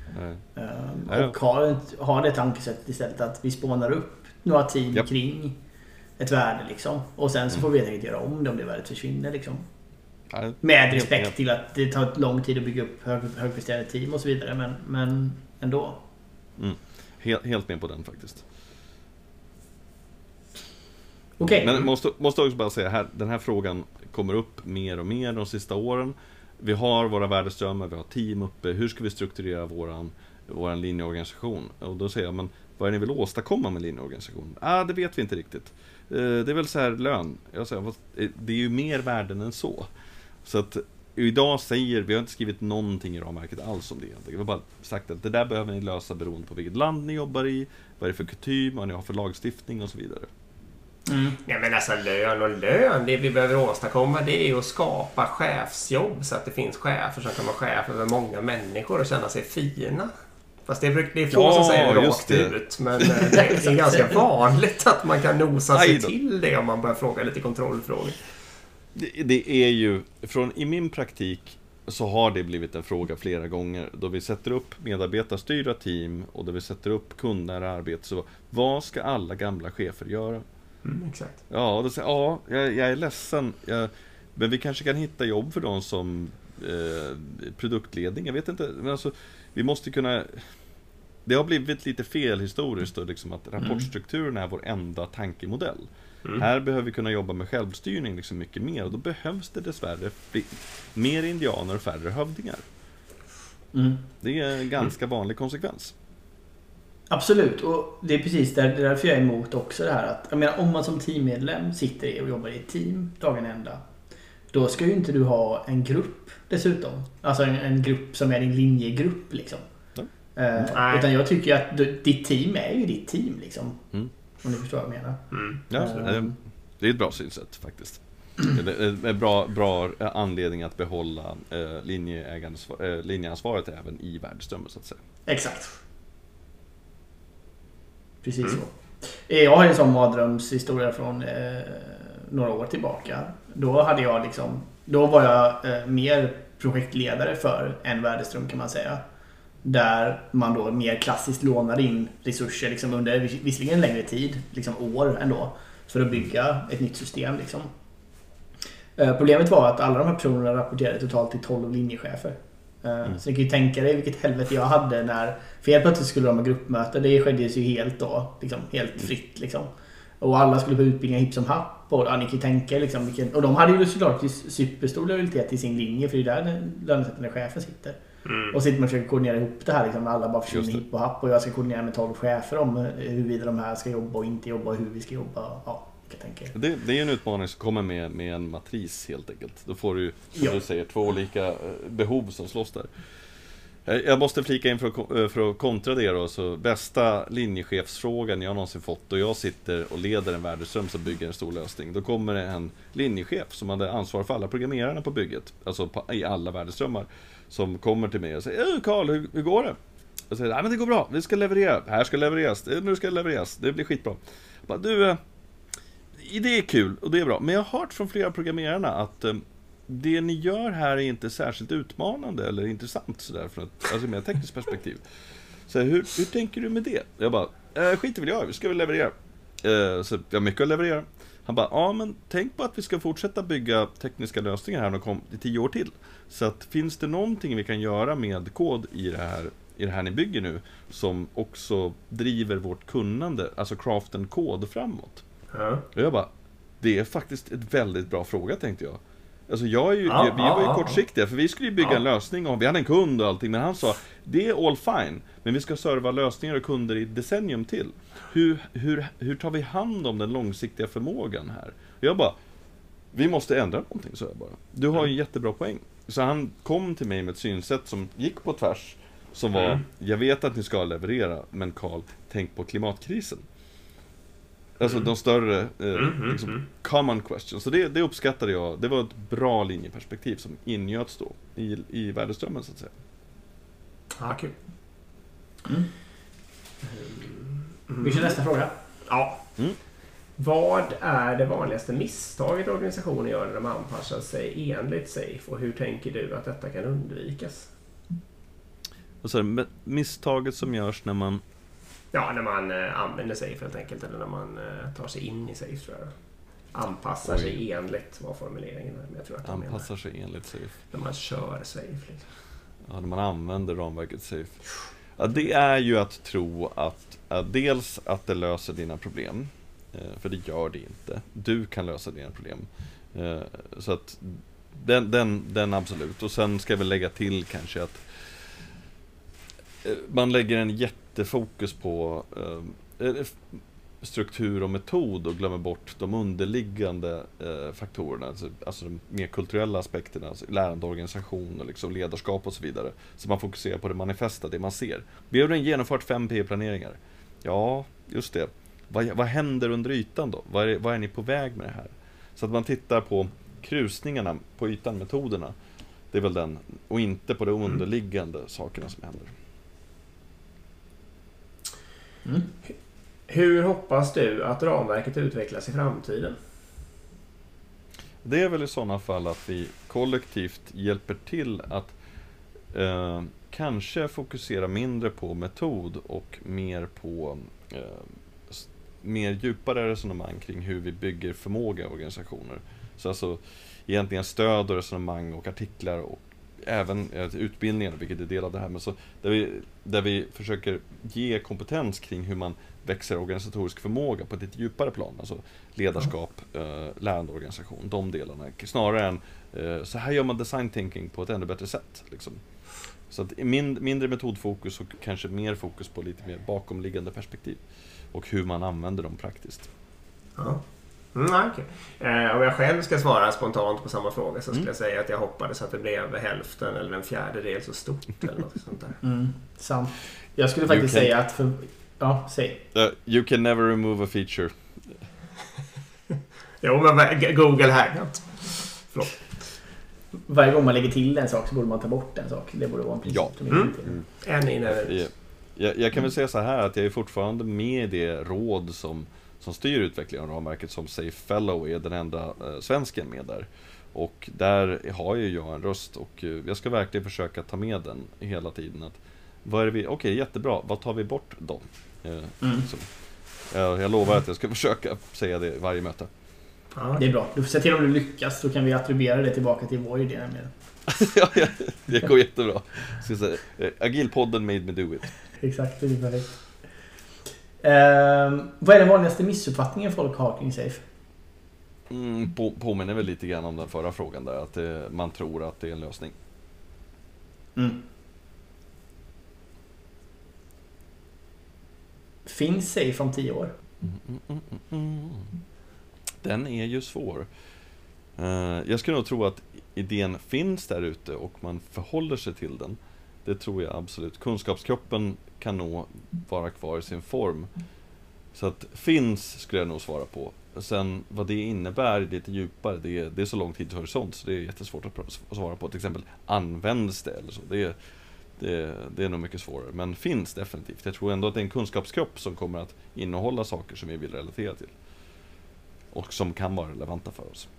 Och ha det tankesättet istället att vi spånar upp några team kring ett värde liksom. Och sen så får vi helt enkelt göra om det om det värdet försvinner liksom. Med respekt till att det tar lång tid att bygga upp högpresterande team och så vidare, men ändå. Helt med på den faktiskt. Okay. Men måste också bara säga här, den här frågan kommer upp mer och mer de sista åren. Vi har våra värdeströmmar, vi har team uppe. Hur ska vi strukturera våran linjeorganisation? Och då säger jag, men vad är det ni vill åstadkomma med linjeorganisationen? Det vet vi inte riktigt. Det är väl så här lön. Jag säger, det är ju mer värden än så. Så att idag vi har inte skrivit någonting i ramverket alls om det. Vi har bara sagt att det där behöver ni lösa beroende på vilket land ni jobbar i, vad är det för kutym, vad ni har för lagstiftning och så vidare. Ja, men alltså lön, det vi behöver åstadkomma, det är ju att skapa chefsjobb så att det finns chefer som kan vara chef över många människor och känna sig fina. Fast det är få som säger det rakt ut, men det är ganska vanligt att man kan nosa sig till det om man börjar fråga lite kontrollfrågor. Det är ju, i min praktik så har det blivit en fråga flera gånger då vi sätter upp medarbetarstyrda team och då vi sätter upp kundnära arbete. Så vad ska alla gamla chefer göra? Exakt. Ja, och då säger jag är ledsen, men vi kanske kan hitta jobb för dem som produktledning, jag vet inte, men alltså vi måste kunna. Det har blivit lite fel historiskt då, liksom att rapportstrukturen är vår enda tankemodell. Här behöver vi kunna jobba med självstyrning liksom mycket mer, och då behövs det dessvärre mer indianer och färre hövdingar. Det är en ganska vanlig konsekvens. Absolut, och det är precis därför jag är emot också det här att, jag menar, om man som teammedlem sitter och jobbar i ett team dagen ända, då ska ju inte du ha en grupp dessutom. Alltså en grupp som är din linjegrupp liksom. Utan jag tycker att ditt team är ju ditt team liksom. Om ni förstår vad jag menar. Ja, det är ett bra synsätt faktiskt. Det är en bra anledning att behålla linjeansvaret även i värdeströmmen så att säga. Exakt. Precis så. Jag har en sån mardrömshistoria från några år tillbaka. Då hade jag då var jag mer projektledare för en värdeström kan man säga. Där man då mer klassiskt lånar in resurser under visserligen en längre tid, år ändå, för att bygga ett nytt system. Problemet var att alla de här personerna rapporterade totalt till 12 linjechefer. Så ni kan ju tänka dig vilket helvete jag hade för helt plötsligt skulle de ha gruppmöte. Det skedde ju helt då, helt fritt Och alla skulle på utbildningar hipp som happ. Och ni kan ju tänka och de hade ju såklart superstor lojalitet till sin linje, för det är där den lönesättande chefen sitter. Och sitter man och försöker koordinera ihop det här alla bara försvinner hipp och happ, och jag ska koordinera med 12 chefer om huruvida de här ska jobba och inte jobba och hur vi ska jobba. Det är en utmaning som kommer med en matris helt enkelt. Då får du, som du säger, 2 olika behov som slåss där. Jag måste flika in för att kontra det då. Så bästa linjechefsfrågan jag någonsin fått, och jag sitter och leder en värdeström som bygger en stor lösning. Då kommer det en linjechef som hade ansvar för alla programmerarna på bygget, alltså i alla värdeströmmar, som kommer till mig och säger: Carl, hur går det? Jag säger: nej, men det går bra, vi ska leverera, här ska levereras, nu ska levereras, det blir skitbra. Jag bara, det är kul och det är bra, men jag har hört från flera programmerarna att det ni gör här är inte särskilt utmanande eller intressant sådär från ett mer tekniskt perspektiv. Så hur tänker du med det? Jag bara, skiter väl jag, vi ska väl leverera. Så jag har mycket att leverera. Han bara, ja men tänk på att vi ska fortsätta bygga tekniska lösningar här i 10 år till. Så att finns det någonting vi kan göra med kod i det här ni bygger nu som också driver vårt kunnande, alltså craft and kod framåt. Och jag bara, det är faktiskt ett väldigt bra fråga, tänkte jag. Alltså vi var ju kortsiktiga, för vi skulle ju bygga en lösning och vi hade en kund och allting, men han sa, det är all fine, men vi ska serva lösningar och kunder i decennium till. Hur tar vi hand om den långsiktiga förmågan här? Och jag bara, vi måste ändra någonting, så jag bara. Du har en jättebra poäng. Så han kom till mig med ett synsätt som gick på tvärs, som var, jag vet att ni ska leverera, men Carl, tänk på klimatkrisen. Alltså de större common questions. Så det uppskattade jag. Det var ett bra linjeperspektiv som ingöts då i värdeströmmen, så att säga. Kul. Vi kör nästa fråga. Ja. Vad är det vanligaste misstaget organisationen gör när de anpassar sig enligt SAFe, och hur tänker du att detta kan undvikas? Alltså, misstaget som görs när man använder SAFe helt enkelt, eller när man tar sig in i SAFe, tror jag. Anpassar sig enligt, var formuleringen. Men jag tror att anpassar sig enligt SAFe. När man kör SAFe. Ja, när man använder ramverket SAFe. Ja, det är ju att tro att dels att det löser dina problem. För det gör det inte. Du kan lösa dina problem. Så att den absolut. Och sen ska vi lägga till kanske att man lägger en jättefokus på struktur och metod och glömmer bort de underliggande faktorerna, alltså de mer kulturella aspekterna, alltså lärandeorganisation och ledarskap och så vidare. Så man fokuserar på det manifesta, det man ser. Vi har genomfört 5 P-planeringar. Ja, just det. Vad händer under ytan då? Vad är ni på väg med det här? Så att man tittar på krusningarna på ytan, metoderna. Det är väl den, och inte på de underliggande sakerna som händer. Hur hoppas du att ramverket utvecklas i framtiden? Det är väl i sådana fall att vi kollektivt hjälper till att kanske fokusera mindre på metod och mer på mer djupare resonemang kring hur vi bygger förmåga i organisationer. Så alltså egentligen stöd och resonemang och artiklar och även utbildningar, vilket är del av det här, men så där vi försöker ge kompetens kring hur man växer organisatorisk förmåga på ett lite djupare plan, alltså ledarskap, lärandeorganisation, de delarna, snarare än så här gör man design thinking på ett ännu bättre sätt liksom. Så att mindre metodfokus och kanske mer fokus på lite mer bakomliggande perspektiv och hur man använder dem praktiskt. Ja. Okay. Om jag själv ska svara spontant på samma fråga så skulle jag säga att jag hoppades att det blev hälften eller en fjärdedel så stort eller något sånt där. Sant. Jag skulle faktiskt säga att Ja, säg. You can never remove a feature. Jo, men Google hackat. Förlåt. Varje gång man lägger till en sak så borde man ta bort en sak. Det borde vara en princip. Jag kan väl säga så här att jag är fortfarande med i det råd som styr utvecklingen av ramverket, som Safe Fellow är den enda svensken med där. Och där har ju jag en röst, och jag ska verkligen försöka ta med den hela tiden. Att vad är det okej, jättebra, vad tar vi bort då? Jag lovar att jag ska försöka säga det i varje möte. Ja, det är bra. Du får se till om du lyckas, så kan vi attribuera det tillbaka till vår idé med. Ja, det går jättebra. Agilpodden made me do it. Exakt, det är perfekt. Vad är den vanligaste missuppfattningen folk har kring Safe? Påminner väl lite grann om den förra frågan där, att man tror att det är en lösning. Finns Safe om 10 år? Den är ju svår. Jag skulle nog tro att idén finns där ute och man förhåller sig till den. Det tror jag absolut. Kunskapskroppen kan nog vara kvar i sin form. Så att finns skulle jag nog svara på. Sen vad det innebär lite djupare, det är så lång tidshorisont, så det är jättesvårt att svara på. Till exempel, används det eller så? Det är nog mycket svårare. Men finns definitivt. Jag tror ändå att det är en kunskapskropp som kommer att innehålla saker som vi vill relatera till. Och som kan vara relevanta för oss.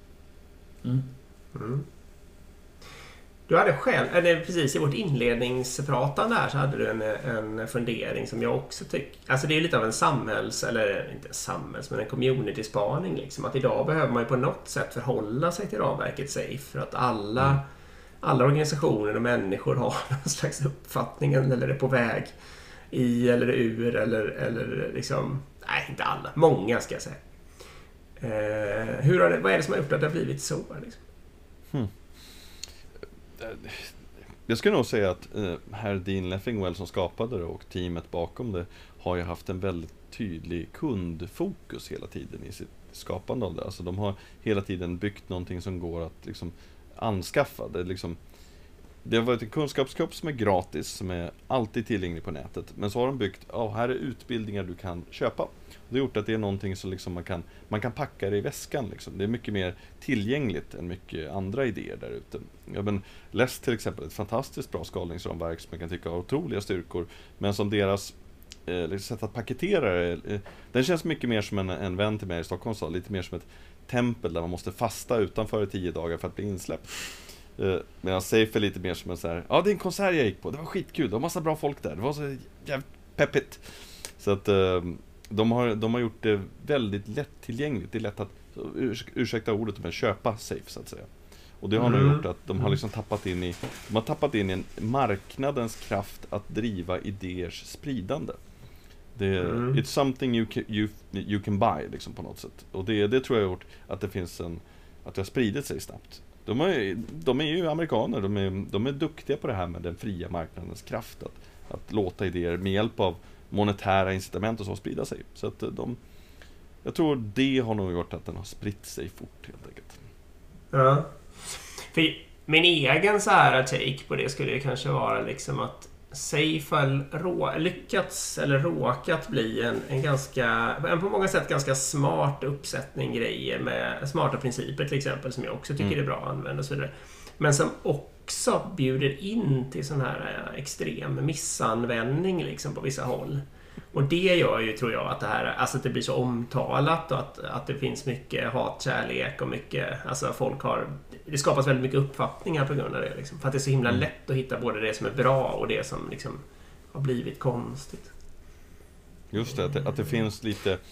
Du hade själv, eller precis i vårt inledningspratande här, så hade du en fundering som jag också tycker, alltså det är lite av en men en community-spaning liksom, att idag behöver man ju på något sätt förhålla sig till ramverket Safe, för att alla organisationer och människor har någon slags uppfattning, eller är på väg i eller ur, eller liksom, nej inte alla, många ska jag säga. Vad är det som har gjort att det har blivit så liksom? Jag skulle nog säga att herr Dean Leffingwell som skapade det och teamet bakom det har ju haft en väldigt tydlig kundfokus hela tiden i sitt skapande av det. Alltså de har hela tiden byggt någonting som går att liksom anskaffa. Det har varit en kunskapskropp som är gratis, som är alltid tillgänglig på nätet. Men så har de byggt, här är utbildningar du kan köpa. Det har gjort att det är någonting som liksom man kan packa det i väskan. Liksom. Det är mycket mer tillgängligt än mycket andra idéer där ute. LESS till exempel, ett fantastiskt bra skalningsramverk som man kan tycka har otroliga styrkor. Men som deras sätt att paketera det, den känns mycket mer som en vän till mig i Stockholm sa, lite mer som ett tempel där man måste fasta utanför i 10 dagar för att bli insläppt. Medan Safe är lite mer som en så här, det är en konsert jag gick på, det var skitkul, det var massa bra folk där, det var så jävligt peppigt. Så att de har gjort det väldigt lättillgängligt. Det är lätt att, ursäkta ordet, men köpa Safe så att säga. Och det har nog gjort att de har liksom tappat in i en marknadens kraft att driva idéers spridande. It's something you can buy liksom, på något sätt. Och det tror jag har gjort att det finns att det har spridit sig snabbt. De är ju amerikaner, de är duktiga på det här med den fria marknadens kraft, att låta idéer med hjälp av monetära incitament och så sprida sig. Så att jag tror det har nog gjort att den har spritt sig fort helt enkelt. Ja. För min egen så här take på det skulle ju kanske vara liksom att Safe har lyckats eller råkat bli en på många sätt ganska smart uppsättning grejer med smarta principer till exempel, som jag också tycker är bra att använda och så vidare. Men som också bjuder in till sån här extrem missanvändning liksom på vissa håll. Och det gör ju, tror jag, att att det blir så omtalat och att det finns mycket hatkärlek och mycket, alltså det skapas väldigt mycket uppfattningar på grund av det liksom, för att det är så himla lätt att hitta både det som är bra och det som liksom har blivit konstigt. Just det, att det finns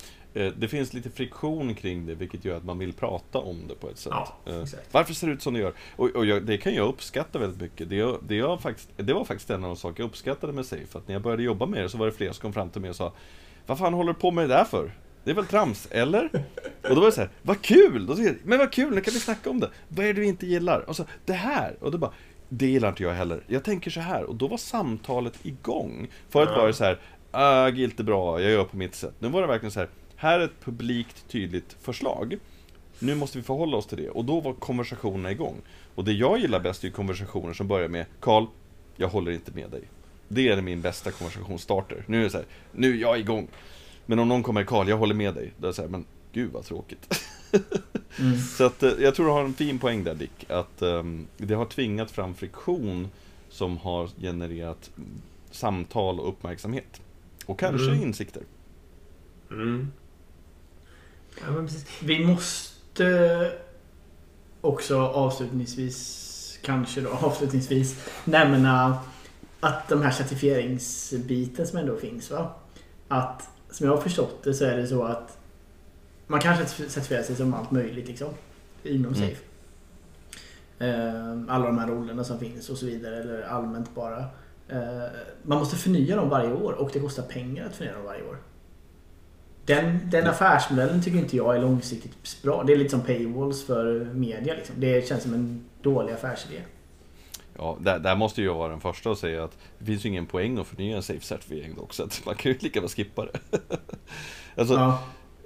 lite friktion kring det, vilket gör att man vill prata om det på ett sätt. Ja, exakt. Varför ser det ut som det gör? Och det kan jag uppskatta väldigt mycket. Det var faktiskt en av de saker jag uppskattade med Safe. Att när jag började jobba med det så var det fler som kom fram till mig och sa, vad fan håller du på med det där för? Det är väl trams, eller? Och då var det så här, vad kul! Då säger jag, men vad kul, nu kan vi snacka om det. Vad är det du inte gillar? Och så, det här! Och då bara, det gillar inte jag heller. Jag tänker så här. Och då var samtalet igång. Förut var det så här, agilt är bra, jag gör på mitt sätt. Nu var det verkligen så här är ett publikt tydligt förslag. Nu måste vi förhålla oss till det. Och då var konversationerna igång. Och det jag gillar bäst är konversationer som börjar med, Carl, jag håller inte med dig. Det är min bästa konversationsstarter. Nu är det så här, nu är jag igång. Men om någon kommer, Carl, jag håller med dig. Då är det så här, men gud vad tråkigt. Så att jag tror du har en fin poäng där, Dick. Att det har tvingat fram friktion som har genererat samtal och uppmärksamhet. Och kanske insikter. Ja, men precis. Vi måste också avslutningsvis nämna att de här certifieringsbiten som ändå finns, va? Att som jag har förstått det så är det så att man kanske certifierar sig som allt möjligt liksom, inom Safe. Alla de här rollerna som finns och så vidare, eller allmänt bara. Man måste förnya dem varje år och det kostar pengar att förnya dem varje år. Den affärsmodellen tycker inte jag är långsiktigt bra. Det är lite som paywalls för media liksom. Det känns som en dålig affärsidé. Ja, där måste jag vara den första att säga att det finns ju ingen poäng att förnya en Safe-certifiering också. Att man kan ju lika väl skippa det. Alltså,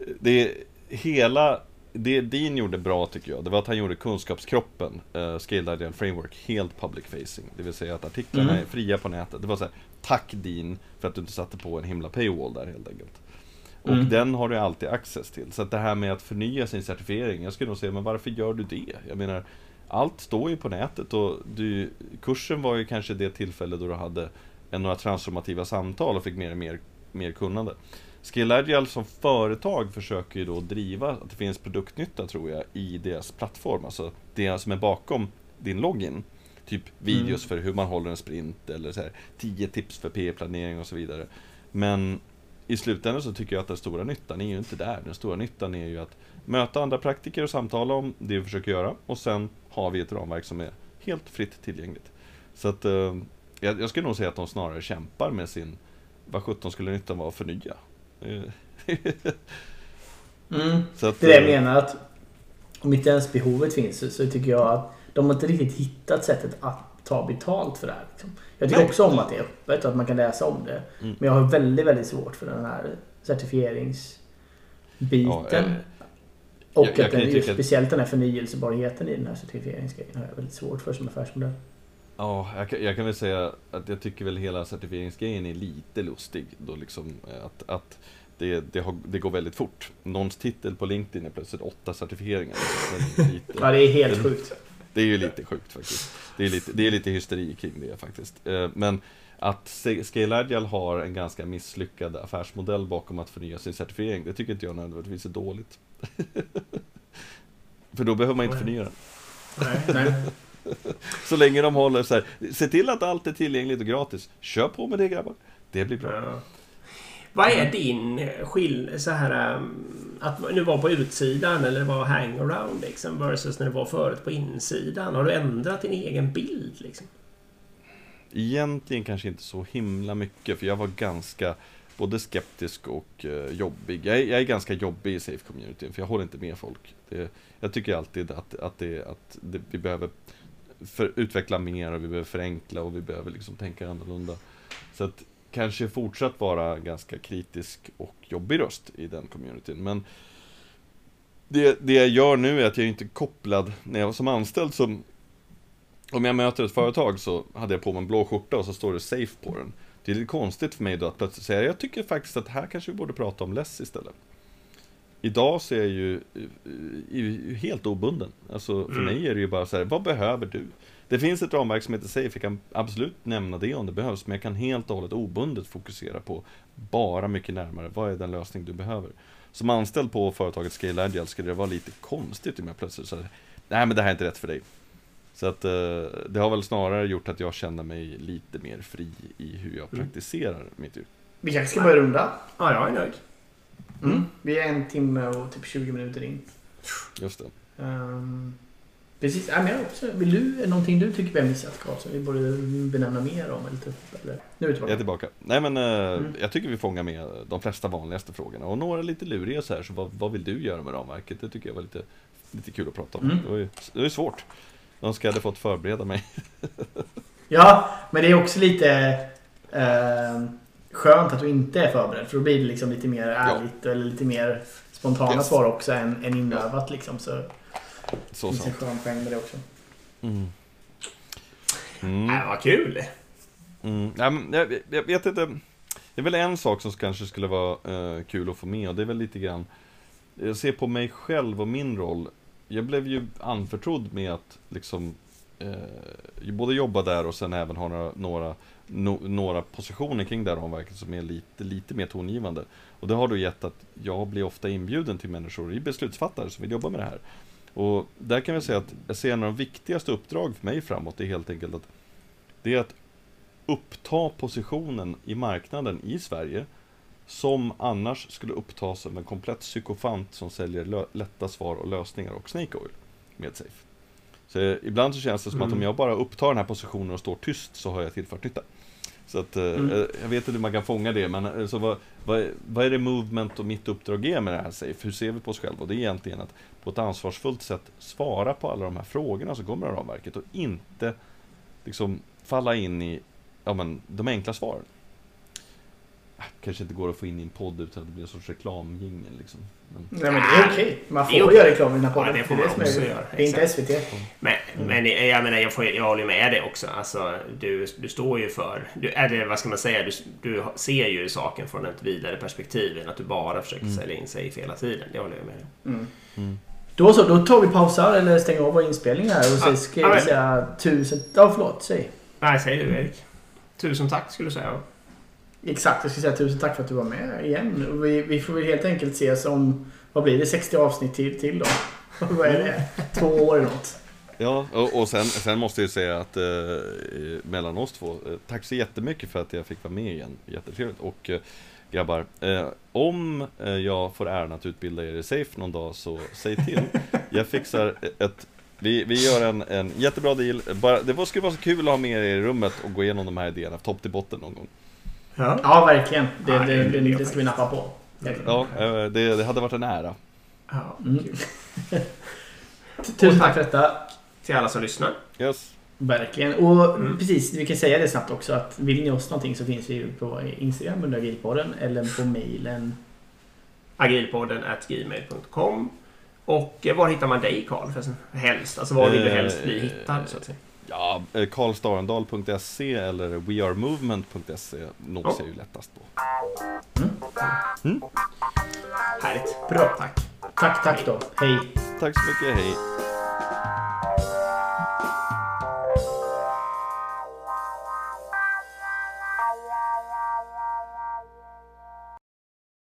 det Dean gjorde bra tycker jag, det var att han gjorde kunskapskroppen, Scaled Ideal Framework, helt public facing. Det vill säga att artiklarna är fria på nätet. Det var så här, tack Dean för att du inte satte på en himla paywall där helt enkelt. Och den har du alltid access till. Så att det här med att förnya sin certifiering, jag skulle nog säga, men varför gör du det? Jag menar, allt står ju på nätet och kursen var ju kanske det tillfälle då du hade några transformativa samtal och fick mer kunnande. Scaled Agile som företag försöker ju då driva att det finns produktnytta, tror jag, i deras plattform. Alltså det som är bakom din login. Typ videos för hur man håller en sprint eller så här, 10 tips för PE-planering och så vidare. Men i slutändan så tycker jag att den stora nyttan är ju inte där. Den stora nyttan är ju att möta andra praktiker och samtala om det vi försöker göra. Och sen har vi ett ramverk som är helt fritt tillgängligt. Så att jag skulle nog säga att de snarare kämpar med sin, vad 17 skulle nyttan vara att förnya. Så att, det är det jag menar, att om inte ens behovet finns så tycker jag att de har inte riktigt hittat sättet att ta betalt för det här liksom. Jag tycker också om att det är öppet och att man kan läsa om det. Men jag har väldigt, väldigt svårt för den här certifieringsbiten. Och att speciellt den här förnyelsebarheten i den här certifieringsgrejen har jag väldigt svårt för som affärsmodell. Ja, jag kan väl säga att jag tycker väl hela certifieringsgrejen är lite lustig då liksom, att det går väldigt fort. Någons titel på LinkedIn är plötsligt 8 certifieringar. Ja, det är helt sjukt. Det är ju lite sjukt faktiskt. Det är lite hysteri kring det faktiskt. Men att Scaled Agile har en ganska misslyckad affärsmodell bakom att förnya sin certifiering, det tycker inte jag nödvändigtvis är dåligt. För då behöver man inte förnya den. Nej. Så länge de håller så här, se till att allt är tillgängligt och gratis. Kör på med det, grabbar. Det blir bra. Ja. Vad är din så här att nu vara på utsidan eller vara hangaround liksom, versus när det var förut på insidan? Har du ändrat din egen bild liksom? Egentligen kanske inte så himla mycket, för jag var ganska både skeptisk och jobbig. Jag är ganska jobbig i Safe-communityn, för jag håller inte med folk. Jag tycker alltid att vi behöver utveckla mer och vi behöver förenkla och vi behöver liksom tänka annorlunda. Så att kanske fortsatt vara ganska kritisk och jobbig röst i den communityn. Men det jag gör nu är att jag inte är kopplad när jag var som anställd. Som, om jag möter ett företag så hade jag på mig en blå skjorta och så står det Safe på den. Det är lite konstigt för mig då att plötsligt säga, jag tycker faktiskt att här kanske vi borde prata om less istället. Idag så är jag ju helt obunden. Alltså för mig är det ju bara så här, vad behöver du? Det finns ett ramverk som heter Safe, jag kan absolut nämna det om det behövs, men jag kan helt och hållet obundet fokusera på bara mycket närmare, vad är den lösning du behöver? Som anställd på företaget Scaled Agile skulle det vara lite konstigt om jag plötsligt så här, nej men det här är inte rätt för dig. Så att det har väl snarare gjort att jag känner mig lite mer fri i hur jag praktiserar mitt yrke. Vi kanske ska börja runda. Ja, jag är nöjd. Vi är 1 timme och typ 20 minuter in. Just det. Precis. Ja, men också, är det någonting du tycker vi har missat, Carl, som vi borde benämna mer om? Eller? Nu är jag är tillbaka. Nej, men jag tycker vi fångar med de flesta vanligaste frågorna. Och några lite luriga så här, så vad vill du göra med ramverket? Det tycker jag var lite kul att prata om. Det är svårt. De ska hade fått förbereda mig. Ja, men det är också lite skönt att du inte är förberedd. För då blir det liksom lite mer ärligt eller lite mer spontana svar också än inövat liksom. Så det finns en skön poäng med det också. Vad kul! Ja, men jag vet inte. Det är väl en sak som kanske skulle vara kul att få med, och det är väl lite grann, jag ser på mig själv och min roll. Jag blev ju anförtrodd med att liksom både jobba där och sen även ha några positioner kring det här ramverket som är lite mer tongivande. Och det har då gett att jag blir ofta inbjuden till människor i beslutsfattare som vill jobba med det här. Och där kan vi säga att jag ser en av de viktigaste uppdrag för mig framåt är helt enkelt att det är att uppta positionen i marknaden i Sverige som annars skulle upptas av en komplett psykofant som säljer lätta svar och lösningar och Snake Oil med Safe. Så ibland så känns det som att om jag bara upptar den här positionen och står tyst så har jag tillfört nytta. Så att jag vet inte hur man kan fånga det, men så vad är det movement och mitt uppdrag är med det här Safe? Hur ser vi på oss själva? Och det är egentligen att på ett ansvarsfullt sätt svara på alla de här frågorna som kommer av ramverket och inte liksom falla in i de enkla svaren. Kanske inte går att få in i en podd utan att det blir en sorts reklamjingel liksom. Nej, men det är okej. Man får göra reklam i den här podden. Ja, det får man också göra. Det är inte SVT. Men jag menar, jag håller med dig också. Alltså, du står ju för... vad ska man säga? Du ser ju saken från ett vidare perspektiv än att du bara försöker sälja in sig hela tiden. Det håller jag med dig. Då tar vi pausar eller stänger av vår inspelning här och så ska jag säga säg. Nej, säg du, Erik. 1000 tack skulle du säga. Exakt, jag ska säga 1000 tack för att du var med igen. Och vi får väl helt enkelt ses om, vad blir det, 60 avsnitt till då? Vad är det? 2 år eller något. Ja, och sen måste jag säga att mellan oss två, tack så jättemycket för att jag fick vara med igen. Jättetrevligt. Och grabbar, om jag får äran att utbilda er i Safe någon dag så säg till. Jag fixar vi gör en jättebra deal. Det skulle vara så kul att ha med er i rummet och gå igenom de här idéerna topp till botten någon gång. Ja, verkligen. Det ska vi nappa på. Ja, det hade varit en ära. Ja, Tusen tack för detta. Till alla som lyssnar. Yes. Verkligen. Och precis, vi kan säga det snabbt också att vill ni oss någonting så finns vi ju på Instagram under Agilpodden eller på mejlen agilpodden@gmail.com. Och var hittar man dig, Carl? Helst. Alltså var vill du helst bli hittad så att säga? Ja, karlstarendal.se eller wearemovement.se nog ser ju lättast på. Härligt. Bra. Tack då. Hej. Tack så mycket, hej.